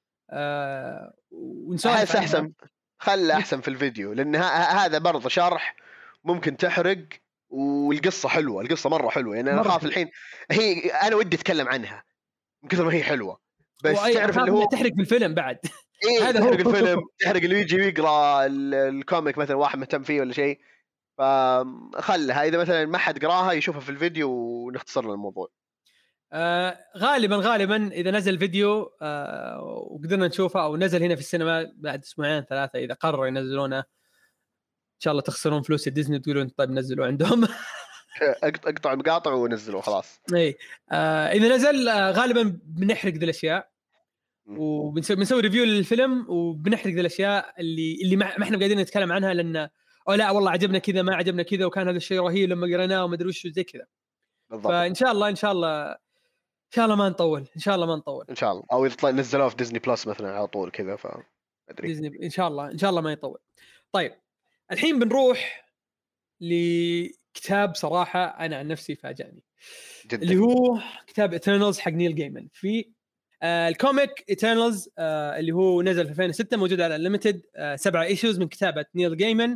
ونسولف احسن، خله احسن في الفيديو، لان هذا برضه شرح ممكن تحرق، والقصه حلوه، القصه مره حلوه. يعني انا اخاف الحين هي انا ودي اتكلم عنها من كثر ما هي حلوه، بس تعرف اللي هو تحرق في الفيلم بعد. إيه هذا تحرق الفيلم، تحرق اللي يجي يقرا الكوميك مثلا واحد مهتم فيه ولا شيء، فخلها اذا مثلا ما حد قراها يشوفها في الفيديو ونختصر له الموضوع. غالبا اذا نزل فيديو وقدرنا نشوفه او نزل هنا في السينما بعد اسبوعين ثلاثه، اذا قرروا ينزلونه ان شاء الله تخسرون فلوس ديزني تقولون طيب نزلوا عندهم. اقطع المقاطع ونزلوا خلاص. اي اذا نزل غالبا بنحرق ذي الاشياء وبنسوي ريفيو للفيلم وبنحرق ذي الاشياء اللي ما احنا قاعدين نتكلم عنها، لان لا والله عجبنا كذا ما عجبنا كذا وكان هذا الشيء رهيب لما قريناه وما ادري وش زي كذا. فان شاء الله ما نطول، ان شاء الله او يطلع نزلوه في ديزني بلس مثلا على طول كذا، ادري ديزني ان شاء الله ما يطول. طيب الحين بنروح لكتاب صراحه انا عن نفسي فاجأني جدا، اللي هو كتاب إترنالز حق نيل جيمن. في الكوميك إترنالز اللي هو نزل في 2006 موجود على الليميتد 7 ايشوز من كتابه نيل جيمن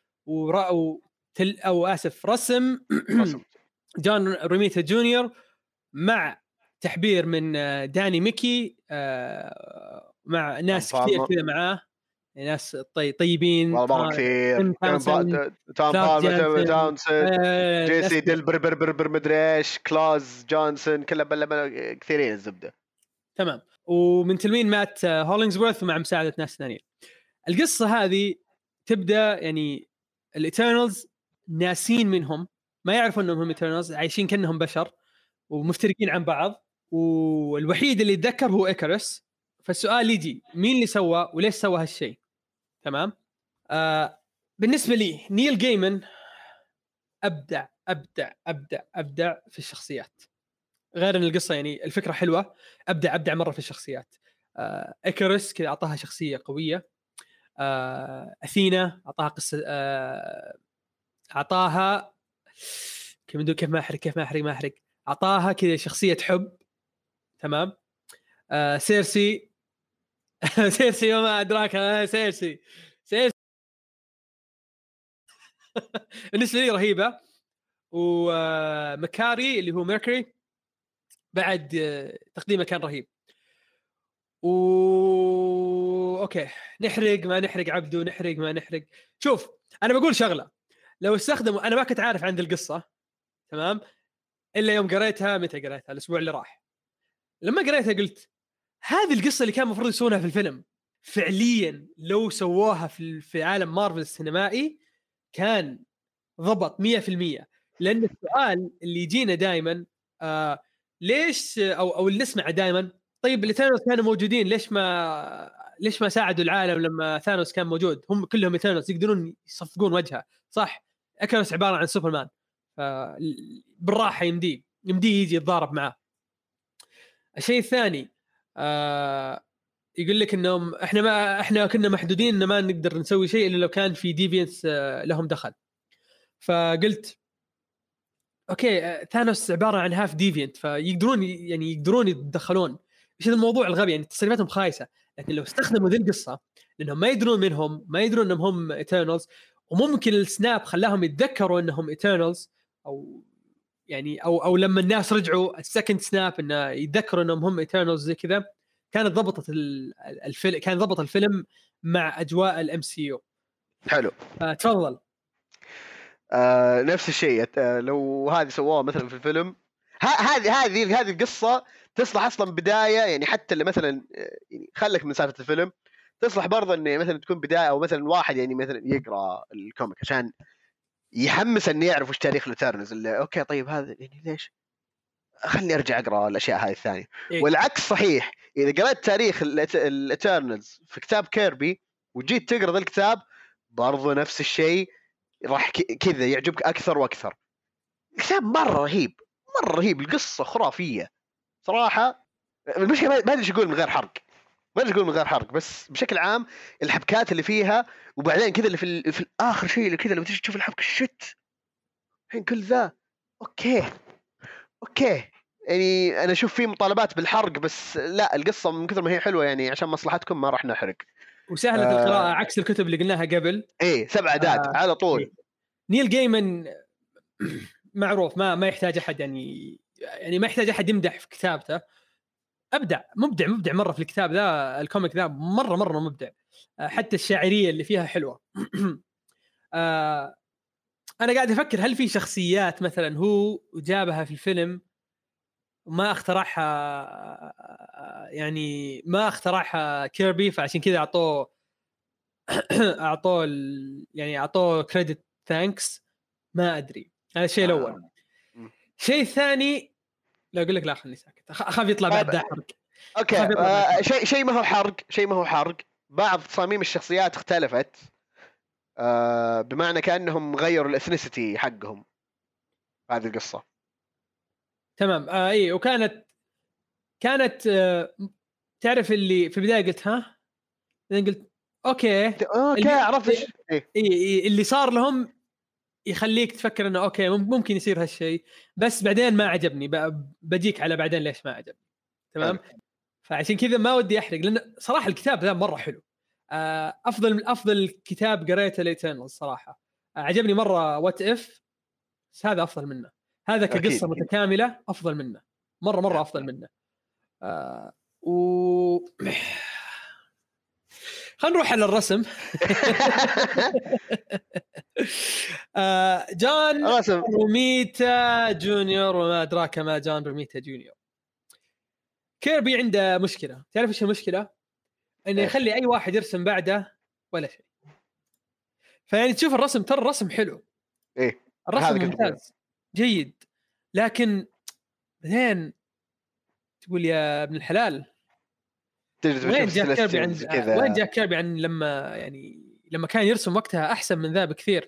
رسم جون روميتا جونيور مع تحبير من داني ميكي مع ناس كثير كذا معاه، ناس طيبين والله كثير، توم بالمر، تاونسن، جيسي ديلبر مدري ايش، كلاوز جونسون، كلها كثيرين الزبده. تمام. ومن تلمين مات هولينغزورث مع مساعده ناس ثانيين. القصه هذه تبدا يعني الإترنالز ناسين منهم، ما يعرفوا انهم هم إترنالز، عايشين كأنهم بشر ومفترقين عن بعض، والوحيد اللي يتذكر هو إيكاريس. فالسؤال يجي مين اللي سوى وليش سوى هالشيء؟ تمام. بالنسبة لي نيل جيمن أبدع أبدع أبدع أبدع في الشخصيات، غير أن القصة يعني الفكرة حلوة، أبدع مرة في الشخصيات. إيكاريس كذا أعطاها شخصية قوية، أثينا أعطاها قصة، أعطاها كيف ما أحرق أعطاها كذا شخصية حب. تمام. سيرسي سيرسي وما أدراك سيرسي بالنسبة لي رهيبة. ومكاري اللي هو ميركوري بعد تقديمه كان رهيب. أوكي نحرق ما نحرق عبدو، نحرق ما نحرق. شوف أنا بقول شغلة، لو استخدموا، أنا ما كنت عارف عند القصة تمام إلا يوم قريتها، متى قريتها؟ الأسبوع اللي راح. لما قريتها قلت هذه القصة اللي كان المفروض يسوونها في الفيلم. فعليا لو سووها في عالم مارفل السينمائي كان ضبط 100%. لأن السؤال اللي يجينا دائما ليش أو اللي نسمعه دائما، طيب الإترنالز كانوا موجودين ليش ما ساعدوا العالم لما ثانوس كان موجود؟ هم كلهم إترنالز يقدرون يصفقون وجهه صح. إيكاريس عبارة عن سوبرمان، بالراحة يمدي يجي يتضارب معه. الشيء الثاني يقول لك انهم احنا كنا محدودين ان ما نقدر نسوي شيء الا لو كان في ديفينس لهم دخل. فقلت اوكي ثانوس عباره عن هاف ديفينت، فيقدرون يتدخلون. ايش هذا الموضوع الغبي؟ يعني تصريفاتهم خايسه. لكن لو استخدموا ذي القصه لانهم ما يدرون منهم، ما يدرون انهم هم إترنالز، وممكن السناب خلاهم يتذكروا انهم إترنالز او يعني او لما الناس رجعوا السكند سناب انه يتذكروا انهم هم ايترنالز زي كذا، كانت ضبطت الفيلم، كان ضبط الفيلم مع اجواء الام سي يو. حلو. تفضل. نفس الشيء. لو هذه سووها مثلا في الفيلم، هذه القصه تصلح اصلا بدايه، يعني حتى اللي مثلا يعني خلك من مسافه الفيلم، تصلح برضه انه مثلا تكون بدايه، او مثلا واحد يعني مثلا يقرا الكوميك عشان يحمس انه يعرف وش تاريخ الاترنز. اللي اوكي طيب هذا يعني ليش خلني ارجع اقرا الاشياء هذه الثانيه. إيه؟ والعكس صحيح، اذا قرأت تاريخ الاترنز في كتاب كيربي وجيت تقرا ذا الكتاب برضه نفس الشيء، راح كذا يعجبك اكثر واكثر. الكتاب مره رهيب، مره رهيب، القصه خرافيه صراحه. المشكله ما ادري ايش اقول من غير حرق، ما ادري اقول من غير حرق، بس بشكل عام الحبكات اللي فيها، وبعدين كذا اللي في الاخر شيء اللي كذا لما تيجي تشوف الحبكه الشت الحين كل ذا اوكي يعني انا اشوف فيه مطالبات بالحرق، بس لا القصه من كثر ما هي حلوه يعني عشان مصلحتكم ما راح نحرق. وسهله القراءه عكس الكتب اللي قلناها قبل. ايه 7 اعداد على طول. إيه. نيل جيمن معروف ما يحتاج احد يعني ما يحتاج احد يمدح في كتابته. مبدع مره في الكتاب ذا، الكوميك ذا مره مبدع. حتى الشاعريه اللي فيها حلوه. انا قاعد افكر هل في شخصيات مثلا هو جابها في الفيلم وما اخترعها، يعني ما اخترعها كيربي، فعشان كذا اعطوه كريدت ثانكس. ما ادري. هذا الشيء الاول. الشيء الثاني لا اقول لك، لا خلني ساكت، اخاف يطلع بعد حرق. اوكي شيء ما هو حرق. بعض تصاميم الشخصيات اختلفت، بمعنى كأنهم غيروا الاثنيسيتي حقهم هذه القصة. تمام. اي وكانت تعرف اللي في البداية قلت ها، بعدين قلت اوكي عرفت إيه اللي صار لهم يخليك تفكر انه اوكي ممكن يصير هالشيء، بس بعدين ما عجبني. بجيك على بعدين ليش ما عجبني. تمام. فعشان كذا ما ودي احرق، لان صراحة الكتاب ذا مرة حلو. افضل كتاب قريته لإيترنالز صراحه. عجبني مره وات اف، بس هذا افضل منه. هذا كقصه متكامله افضل منه مره افضل منه. خلينا نروح على الرسم. جون روميتا جونيور، وما ادراك ما جون روميتا جونيور. كيربي عنده مشكله. تعرف ايش المشكله؟ انه يخلي اي واحد يرسم بعده ولا شيء. فيعني تشوف الرسم، ترى الرسم حلو، ايه الرسم ممتاز جيد، لكن بعدين تقول يا ابن الحلال وين جاك كيربي عن وين جاك كيربي عن لما كان يرسم وقتها احسن من ذا بكثير.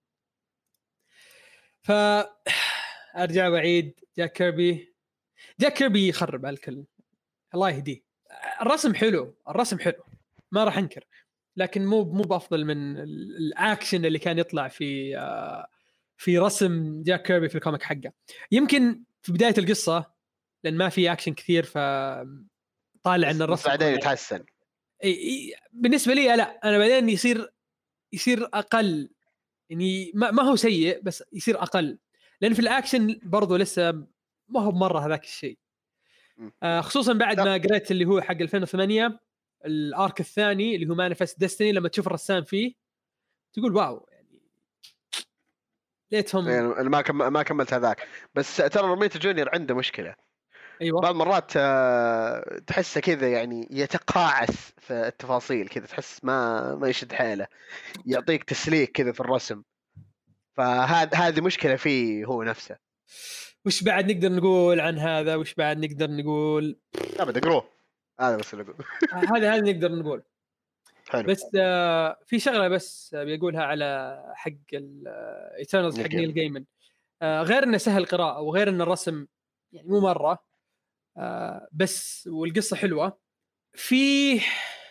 فارجع واعيد، جاك كيربي يخرب على الكل، الله يهديه. الرسم حلو ما راح انكر، لكن مو بافضل من الاكشن اللي كان يطلع في رسم جاك كيربي في الكوميك حقه. يمكن في بدايه القصه لان ما في اكشن كثير، فطالع ان الرسم بعدين يتحسن. بالنسبه لي لا، انا بعدين يصير اقل، يعني ما هو سيء بس يصير اقل، لان في الاكشن برضو لسه ما هو مره هذاك الشيء. خصوصا بعد ما قريت اللي هو حق 2008 الارك الثاني اللي هو مانيفست ديستني، لما تشوف الرسام فيه تقول واو، يعني ليتهم يعني ما كملت هذاك. بس ترى روميتا جونيور عنده مشكله. ايوه بعض مرات تحسه كذا يعني يتقاعس في التفاصيل كذا، تحس ما يشد حيله، يعطيك تسليك كذا في الرسم. فهذه مشكله فيه هو نفسه. وش بعد نقدر نقول عن هذا؟ وش بعد نقدر نقول؟ ابدا اقروه، هذا بس اللي اقول. هذا نقدر نقول. حلو. بس في شغله بس بيقولها على حق الايترنالز حق نيل جيمن، غير انه سهل قراءه وغير ان الرسم يعني مو مره، بس والقصه حلوه. في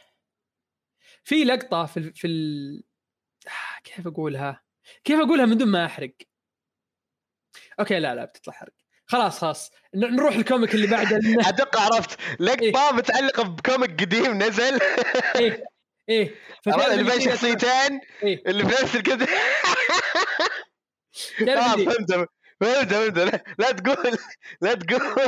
لقطه في كيف اقولها من دون ما احرق. اوكي لا بتطلع حرق. خلاص نروح الكوميك اللي بعده. اتوقع عرفت لقطه متعلقه بكوميك قديم نزل. ايه اللي بين شخصيتين اللي في نفس الكذا. ابدا لا تقول لا تقول.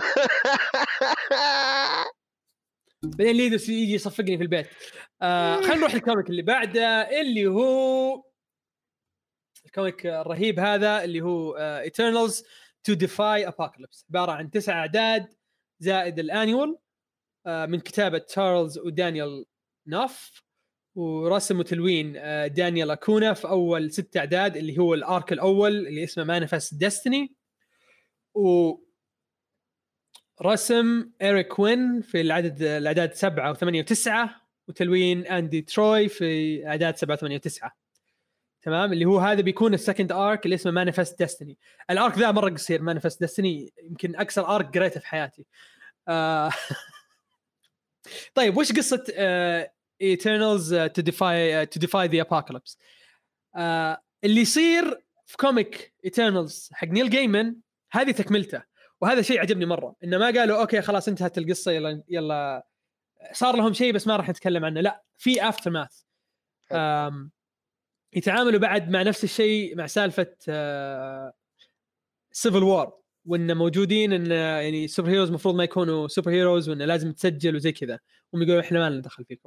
بعدين ليدوس يجي يصفقني في البيت. خلينا نروح للكوميك اللي بعده اللي هو الكوميك الرهيب هذا اللي هو Eternals to Defy Apocalypse. عبارة عن 9 أعداد زائد الانيول من كتابة تشارلز ودانيال نوف، ورسم وتلوين دانيال أكونا في أول 6 أعداد اللي هو الآرك الأول اللي اسمه Manifest Destiny، ورسم إريك وين في الأعداد 7 و8 و9، وتلوين أندي تروي في أعداد 7 و8 و9. تمام، اللي هو هذا بيكون السكند آرك اللي اسمه Manifest Destiny. الآرك ذا مرة قصير، Manifest Destiny يمكن أكثر آرك قريته في حياتي. طيب وش قصة Eternals to defy the apocalypse؟ اللي يصير في كوميك Eternals حق نيل جيمن هذه تكملته، وهذا شيء عجبني مرة، إنه ما قالوا أوكي خلاص انتهت القصة يلا صار لهم شيء بس ما راح نتكلم عنه. لا، في aftermath. يتعاملوا بعد مع نفس الشيء مع سالفة Civil War، وإن موجودين إن يعني سوبر هيروز مفروض ما يكونوا سوبر هيروز، وإن لازم تسجل وزي كذا، هم يقولوا إحنا ما لنا دخل فيكم.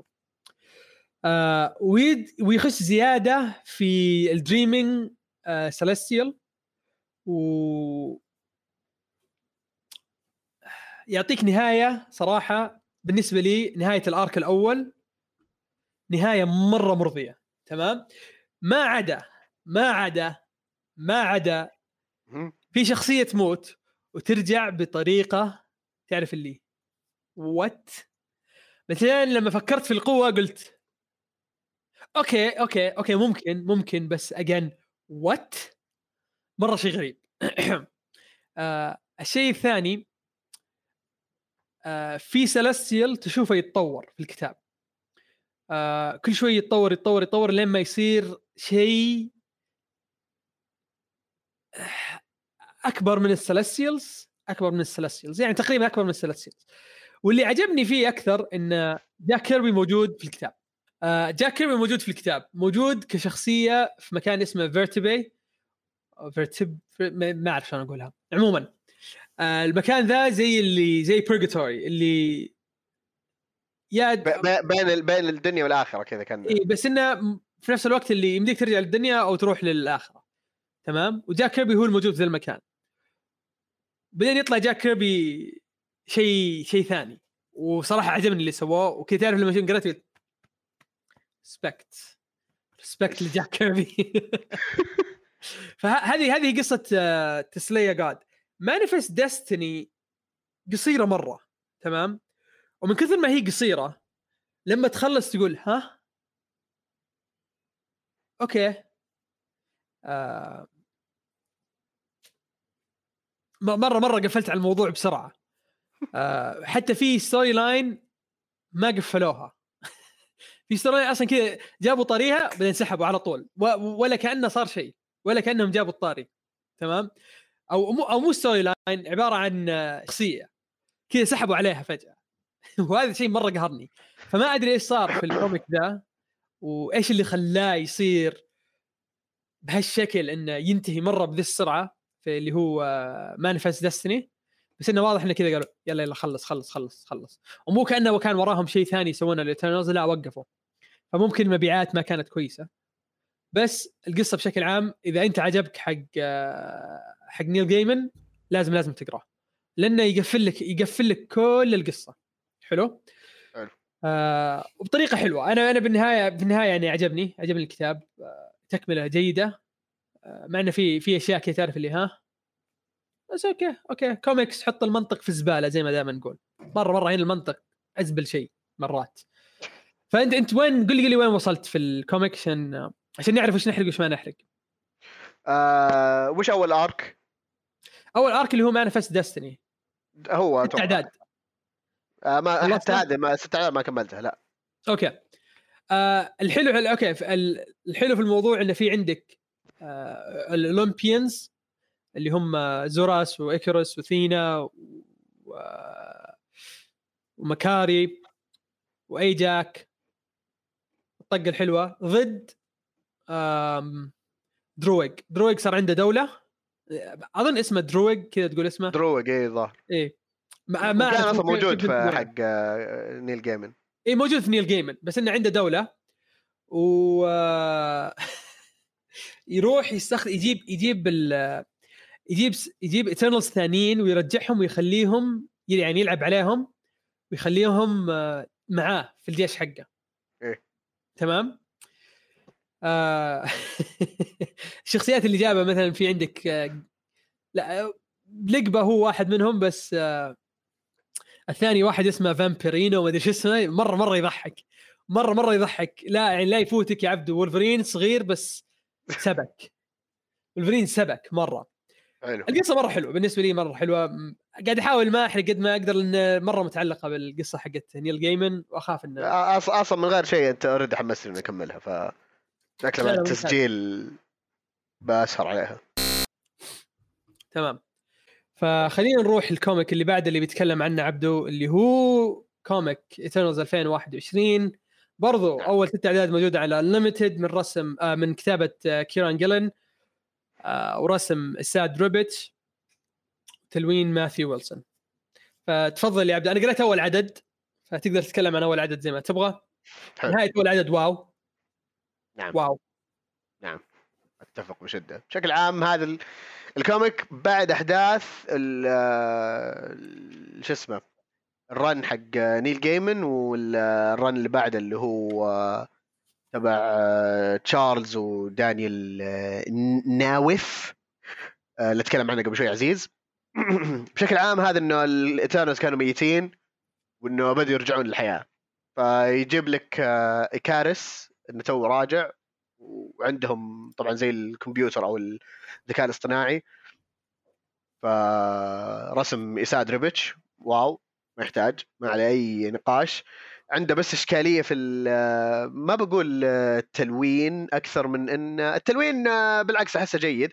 ويخش زيادة في الدريمينج سيليستيال، و يعطيك نهاية صراحة بالنسبة لي، نهاية الآرك الأول نهاية مرة مرضية. تمام، ما عدا في شخصية تموت وترجع بطريقة تعرف اللي وات. مثلا لما فكرت في القوة قلت اوكي ممكن بس again وات، مرة شيء غريب. الشيء الثاني في سيليستيال تشوفه يتطور في الكتاب، كل شوي يتطور لين ما يصير شيء اكبر من السيليستيالز، يعني تقريبا اكبر من السيليستيالز. واللي عجبني فيه اكثر ان جاك كيربي موجود في الكتاب. جاك كيربي موجود في الكتاب، موجود كشخصيه في مكان اسمه فيرتيبي ما اعرف شلون اقولها. عموما المكان ذا زي بيرغاتوري اللي بين الدنيا والاخره كذا كان. إيه، بس انه في نفس الوقت اللي يمديك ترجع للدنيا او تروح للاخره. تمام، وجاك كيربي هو الموجود في ذا المكان. بعدين يطلع جاك كيربي شيء ثاني، وصراحه عجبني اللي سووه. وكي تعرف لما قريت ريسبكت لجاك كيربي. فهذه قصه تسليا جاد. مانيفست ديستني قصيره مره، تمام، ومن كثر ما هي قصيره لما تخلص تقول ها اوكي. مره قفلت على الموضوع بسرعه. حتى في ستوري لاين ما قفلوها. في ستوري لاين اصلا كذا جابوا طاريها بعدين سحبوا على طول، ولا كأنه صار شيء، ولا كأنهم جابوا الطاري. تمام، او مو ستوري لاين، عباره عن شخصيه كذا سحبوا عليها فجأة. وهذا شيء مره قهرني. فما ادري ايش صار في الكوميك ذا، وايش اللي خلاه يصير بهالشكل انه ينتهي مره بذي السرعه في اللي هو مانيفست ديستني. بس انه واضح انه كذا قالوا يلا خلص. ومو كانه كان وراهم شيء ثاني يسوونه للإترنالز، لا وقفوا. فممكن المبيعات ما كانت كويسه. بس القصه بشكل عام اذا انت عجبك حق نيل جيمن لازم تقراه، لانه يقفل لك كل القصه. حلو. وبطريقه حلوه. انا بالنهايه يعني عجبني الكتاب. تكمله جيده، مع انه في اشياء كثير تعرف اللي ها، بس اوكي كوميكس حط المنطق في الزباله زي ما دائما نقول. مره هنا المنطق ازبل شيء مرات. فانت وين؟ قل لي وين وصلت في الكوميك عشان نعرف وش نحرق وش ما نحرق. وش اول ارك اللي هو مانيفست ديستني، هو 6 اعداد. ما حتى هذا 6 اعداد ما كملتها. لا اوكي. الحلو اوكي الحلو في الموضوع انه في عندك الاولمبيانز اللي هم زوراس وايكروس وثينا ومكاري وايجاك، الطقه الحلوه ضد درويج صار عنده دوله اظن اسمه درويج كذا تقول اسمه دروج ايه ظاهر ايه ما كان أعرف اصلا هو موجود كيف في اسمه. حق نيل جيمن. ايه موجود في نيل جيمن بس انه عنده دوله و يروح يستخدم يجيب ايترنالز ثانيين ويرجعهم ويخليهم يعني يلعب عليهم ويخليهم معاه في الجيش حقه. إيه. تمام. الشخصيات اللي جابها مثلا في عندك لا بلقبه هو واحد منهم بس الثاني واحد اسمه فامبيرينو ما ادري شو اسمه مره يضحك مره يضحك. لا يعني لا يفوتك يا عبدو. وولفرين صغير بس سبك. وولفرين سبك مره. حلو. القصه مره حلوه بالنسبه لي مره حلوه. قاعد احاول ما احرق قد ما اقدر لان مره متعلقه بالقصه حقت نيل جيمن واخاف انه اصلا من غير شيء انت اوريدي حمسني اني اكملها شكله بعد التسجيل بأسهر عليها. تمام. فخلينا نروح الكوميك اللي بعد اللي بيتكلم عنه عبدو اللي هو كوميك إيترنالز 2021 برضو. نعم. أول 6 أعداد موجودة على Unlimited من رسم من كتابة كيران جيلن ورسم الساد روبيتش تلوين ماثيو ويلسون. فتفضل يا عبدو. أنا قرأت أول عدد فتقدر تتكلم عن أول عدد زي ما تبغى. نهاية أول عدد واو. نعم. واو. نعم اتفق بشدة. بشكل عام هذا الكوميك بعد احداث شو اسمه الرن حق نيل جيمن والرن اللي بعده اللي هو تبع تشارلز ودانيال ناوف اللي تكلم عنه قبل شوي عزيز. بشكل عام هذا انه الإيترنالز كانوا ميتين وانه بدوا يرجعون للحياة. فيجيب لك إيكاريس انه تو راجع وعندهم طبعا زي الكمبيوتر او الذكاء الاصطناعي. فرسم إساد ريبيتش واو ما يحتاج ما عليه اي نقاش. عنده بس اشكاليه في ما بقول التلوين اكثر من ان التلوين بالعكس احسه جيد.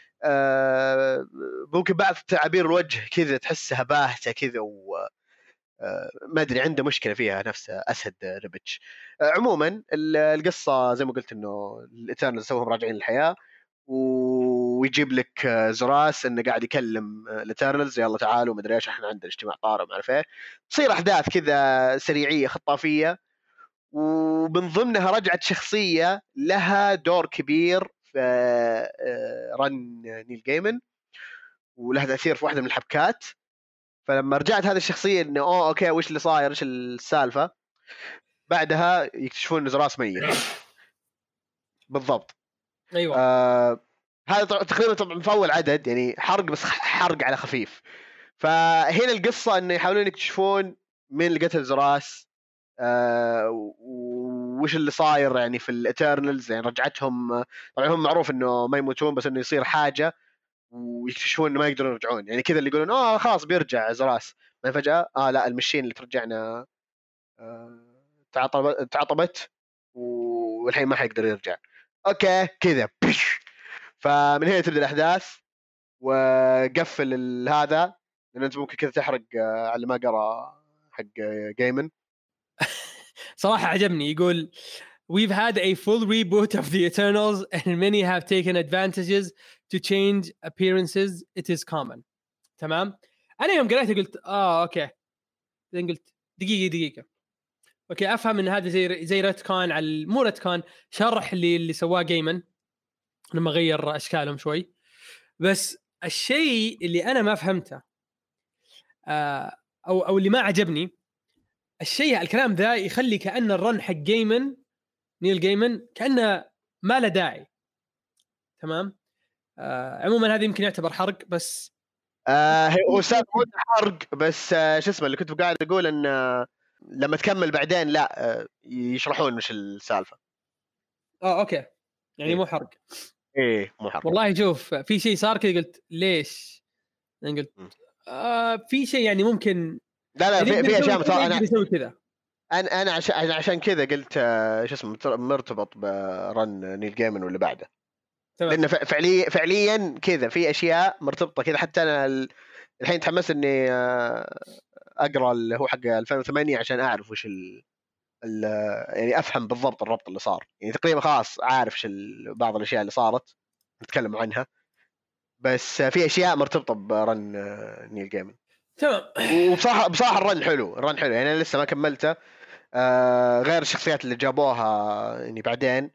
ممكن بعض تعابير الوجه كذا تحسها باهته كذا ما ادري عنده مشكله فيها نفسه اسد ريبيتش. عموما القصه زي ما قلت انه الإيترنالز توهم راجعين للحياه ويجيب لك زراس انه قاعد يكلم الإيترنالز يلا تعالوا مدري ايش احنا عندنا اجتماع طارئ ما اعرف ايه. تصير احداث كذا سريعيه خطافيه ومن ضمنها رجعه شخصيه لها دور كبير في رن نيل جيمن ولها تاثير في واحده من الحبكات. فلما رجعت هذه الشخصيه انه اوكي وش اللي صاير ايش السالفه بعدها يكتشفون انه زراس ميت. بالضبط. ايوه. هذا تقريبا طبعا في اول عدد يعني حرق بس حرق على خفيف. فهنا القصه انه يحاولون يكتشفون مين اللي قتل زراس وش اللي صاير يعني في الإيترنالز يعني رجعتهم. طبعا هم معروف انه ما يموتون بس انه يصير حاجه ويكتشفون انه ما يقدرون يرجعون يعني كذا اللي يقولون خلاص بيرجع زراس ما فجاه لا المشين اللي ترجعنا تعاطبت والحين ما حيقدر يرجع. اوكي كذا فمن هنا تبدا الاحداث وقفل هذا لان انت ممكن كذا تحرق على اللي ما قرا حق جيمن. صراحه عجبني يقول We've had a full reboot of the Eternals and many have taken advantages to change appearances. It is common. تمام. أنا يوم قرأت قلت أوكي. بعدين قلت دقيقة. أوكي أفهم إن هذا زي رتكان على مو رتكان شرح اللي سواه جيمن لما غير أشكالهم شوي. بس الشيء اللي أنا ما فهمته أو اللي ما عجبني الكلام ذا يخلي كأن الرن حق جيمن نيل جيمن كأنه ما له داعي. تمام. عموما هذا يمكن يعتبر حرق بس هو مو حرق بس شو اسمه اللي كنت قاعد اقول ان لما تكمل بعدين لا يشرحون مش السالفه. اوكي يعني مو حرق. ايه مو حرق والله شوف في شيء صار كذا قلت ليش يعني قلت في شيء يعني ممكن لا يعني في اشياء انا يسوي كذا. انا عشان كذا قلت شو اسمه مرتبط برن نيل جيمن واللي بعده. تمام. لانه فعليا كذا في اشياء مرتبطه كذا حتى انا الحين تحمست اني اقرا اللي هو حق 2008 عشان اعرف وش يعني افهم بالضبط الربط اللي صار يعني تقريبا خلاص عارف بعض الاشياء اللي صارت نتكلم عنها بس في اشياء مرتبطه برن نيل جيمن. تمام. وبصراحه الرن حلو يعني انا لسه ما كملته. غير الشخصيات اللي جابوها يعني بعدين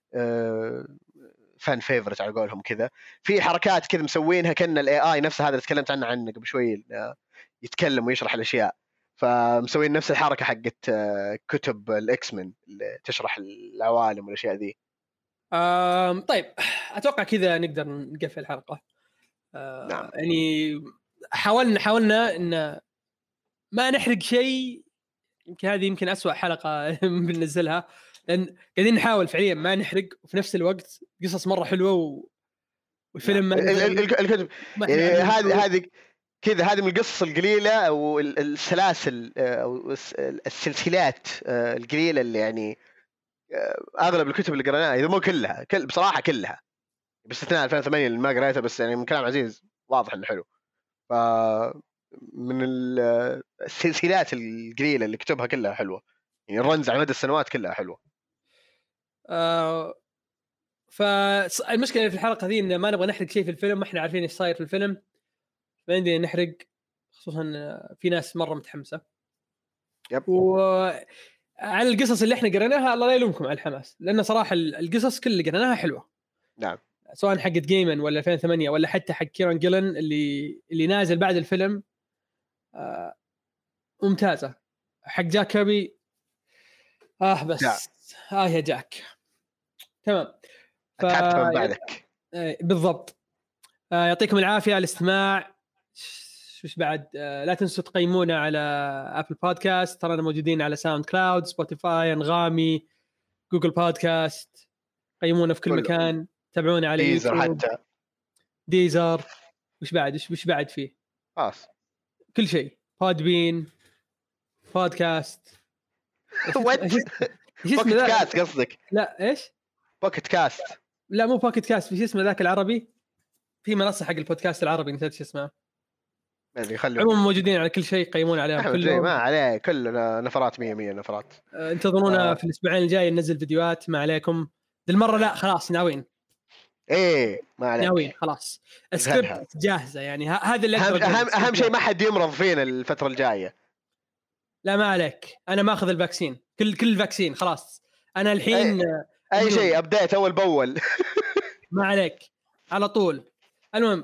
فان فيفورت على قولهم كذا. في حركات كذا مسوينها كأن الاي اي نفسه هذا اللي تكلمت عنه قبل شوي، يتكلم ويشرح الاشياء. فمسوين نفس الحركه حقت كتب الاكس مان اللي تشرح العوالم والاشياء ذي. طيب اتوقع كذا نقدر نقفل الحلقه. نعم. يعني حاولنا ان ما نحرق شيء. يمكن هذه يمكن أسوأ حلقه بننزلها، لان قاعدين نحاول فعليا ما نحرق، وفي نفس الوقت قصص مره حلوه والفيلم الكتب يعني هذه كذا. هذه من القصص القليله او السلاسل او السلسلات القليله اللي يعني اغلب الكتب اللي قرأناها اذا مو كلها بصراحه كلها باستثناء 2008 اللي ما قريتها، بس يعني من كلام عزيز واضح انه حلو. ف من السلسلات القليله اللي كتبها كلها حلوه، يعني الرنز على مدى السنوات كلها حلوه. فالمشكله في الحلقه ذي ان ما نبغى نحرق شيء في الفيلم، ما احنا عارفين ايش صاير في الفيلم، ما عندنا نحرق، خصوصا في ناس مره متحمسه. يب. وعلى القصص اللي احنا قريناها الله لا يلومكم على الحماس، لان صراحه القصص كل اللي قريناها حلوه. نعم. سواء حقت جيمن ولا 2008 ولا حتى حق كيران جيلن اللي نازل بعد الفيلم ممتازه. حق جاك كيربي بس يا جاك. تمام. اتعبت من بعدك. بالضبط. يعطيكم العافيه على الاستماع. وش بعد؟ لا تنسوا تقيمونا على ابل بودكاست، ترانا موجودين على ساوند كلاود، سبوتيفاي، انغامي، جوجل بودكاست. قيمونا في كل مكان. تابعونا على ديزر يوتيوب، حتى ديزر. وش بعد فيه كل شيء. بودبين، بودكاست. بوكيت كاست قصدك؟ لا ايش بوكيت كاست؟ لا مو بوكيت كاست، في اسمه ذاك العربي، في منصه حق البودكاست العربي نسيت شو اسمها. عموما موجودين على كل شيء، قيمون عليهم كلهم. ما عليه كل نفرات 100 نفرات. انتظرونا في الاسبوعين الجاي ننزل فيديوهات. ما عليكم بالمره، لا خلاص ناويين. ايه ما عليك، ناويين خلاص. السكريبت جاهزه يعني. هذا اللي اهم شيء ما حد يمرض فينا الفتره الجايه. لا ما عليك، انا ما اخذ الفاكسين. كل الفاكسين خلاص. انا الحين اي شيء ابديت اول باول. ما عليك على طول. المهم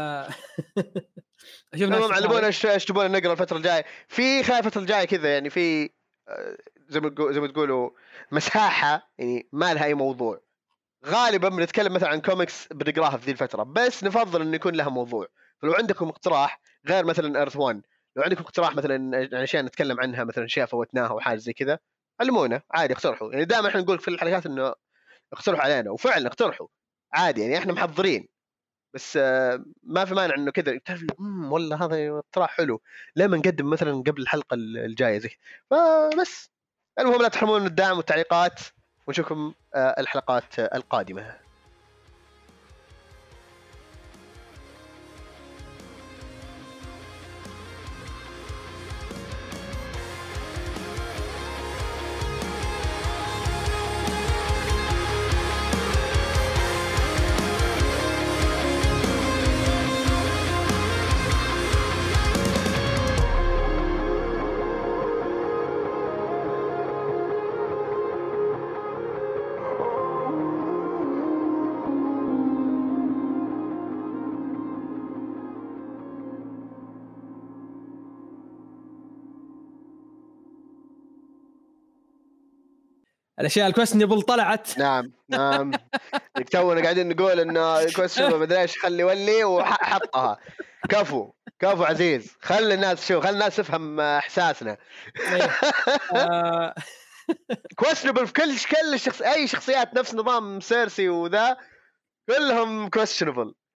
المهم علمونا ايش تبون نقرا الفتره الجايه. في خلال الفتره الجايه كذا يعني في زي ما تقولوا مساحه يعني ما لها اي موضوع. غالبا بنتكلم مثلا عن كوميكس بنقراها في ذي الفتره، بس نفضل انه يكون لها موضوع. فلو عندكم اقتراح غير مثلا ايرث 1، لو عندكم اقتراح مثلا عن اشياء نتكلم عنها، مثلا اشياء فوتناها او حاجه زي كذا، علمونا عادي. اقترحوا يعني. دائما احنا نقول في الحلقات انه اقترحوا علينا، وفعلا اقترحوا عادي يعني. احنا محضرين، بس ما في مانع انه كذا والله هذا اقتراح حلو، لما نقدم مثلا قبل الحلقه الجايه زي. فبس المهم لا تحرمون من الدعم والتعليقات، ونشوفكم الحلقات القادمه. الاشياء الكويستنبل طلعت. نعم تونا قاعدين نقول انه كويستنبل ما ادري ايش، خلي ولي وحطها. كفو عزيز، خلي الناس تشوف، خلي الناس تفهم احساسنا. كويستنبل في كل اي شخصيات نفس نظام سيرسي وذا كلهم كويستنبل.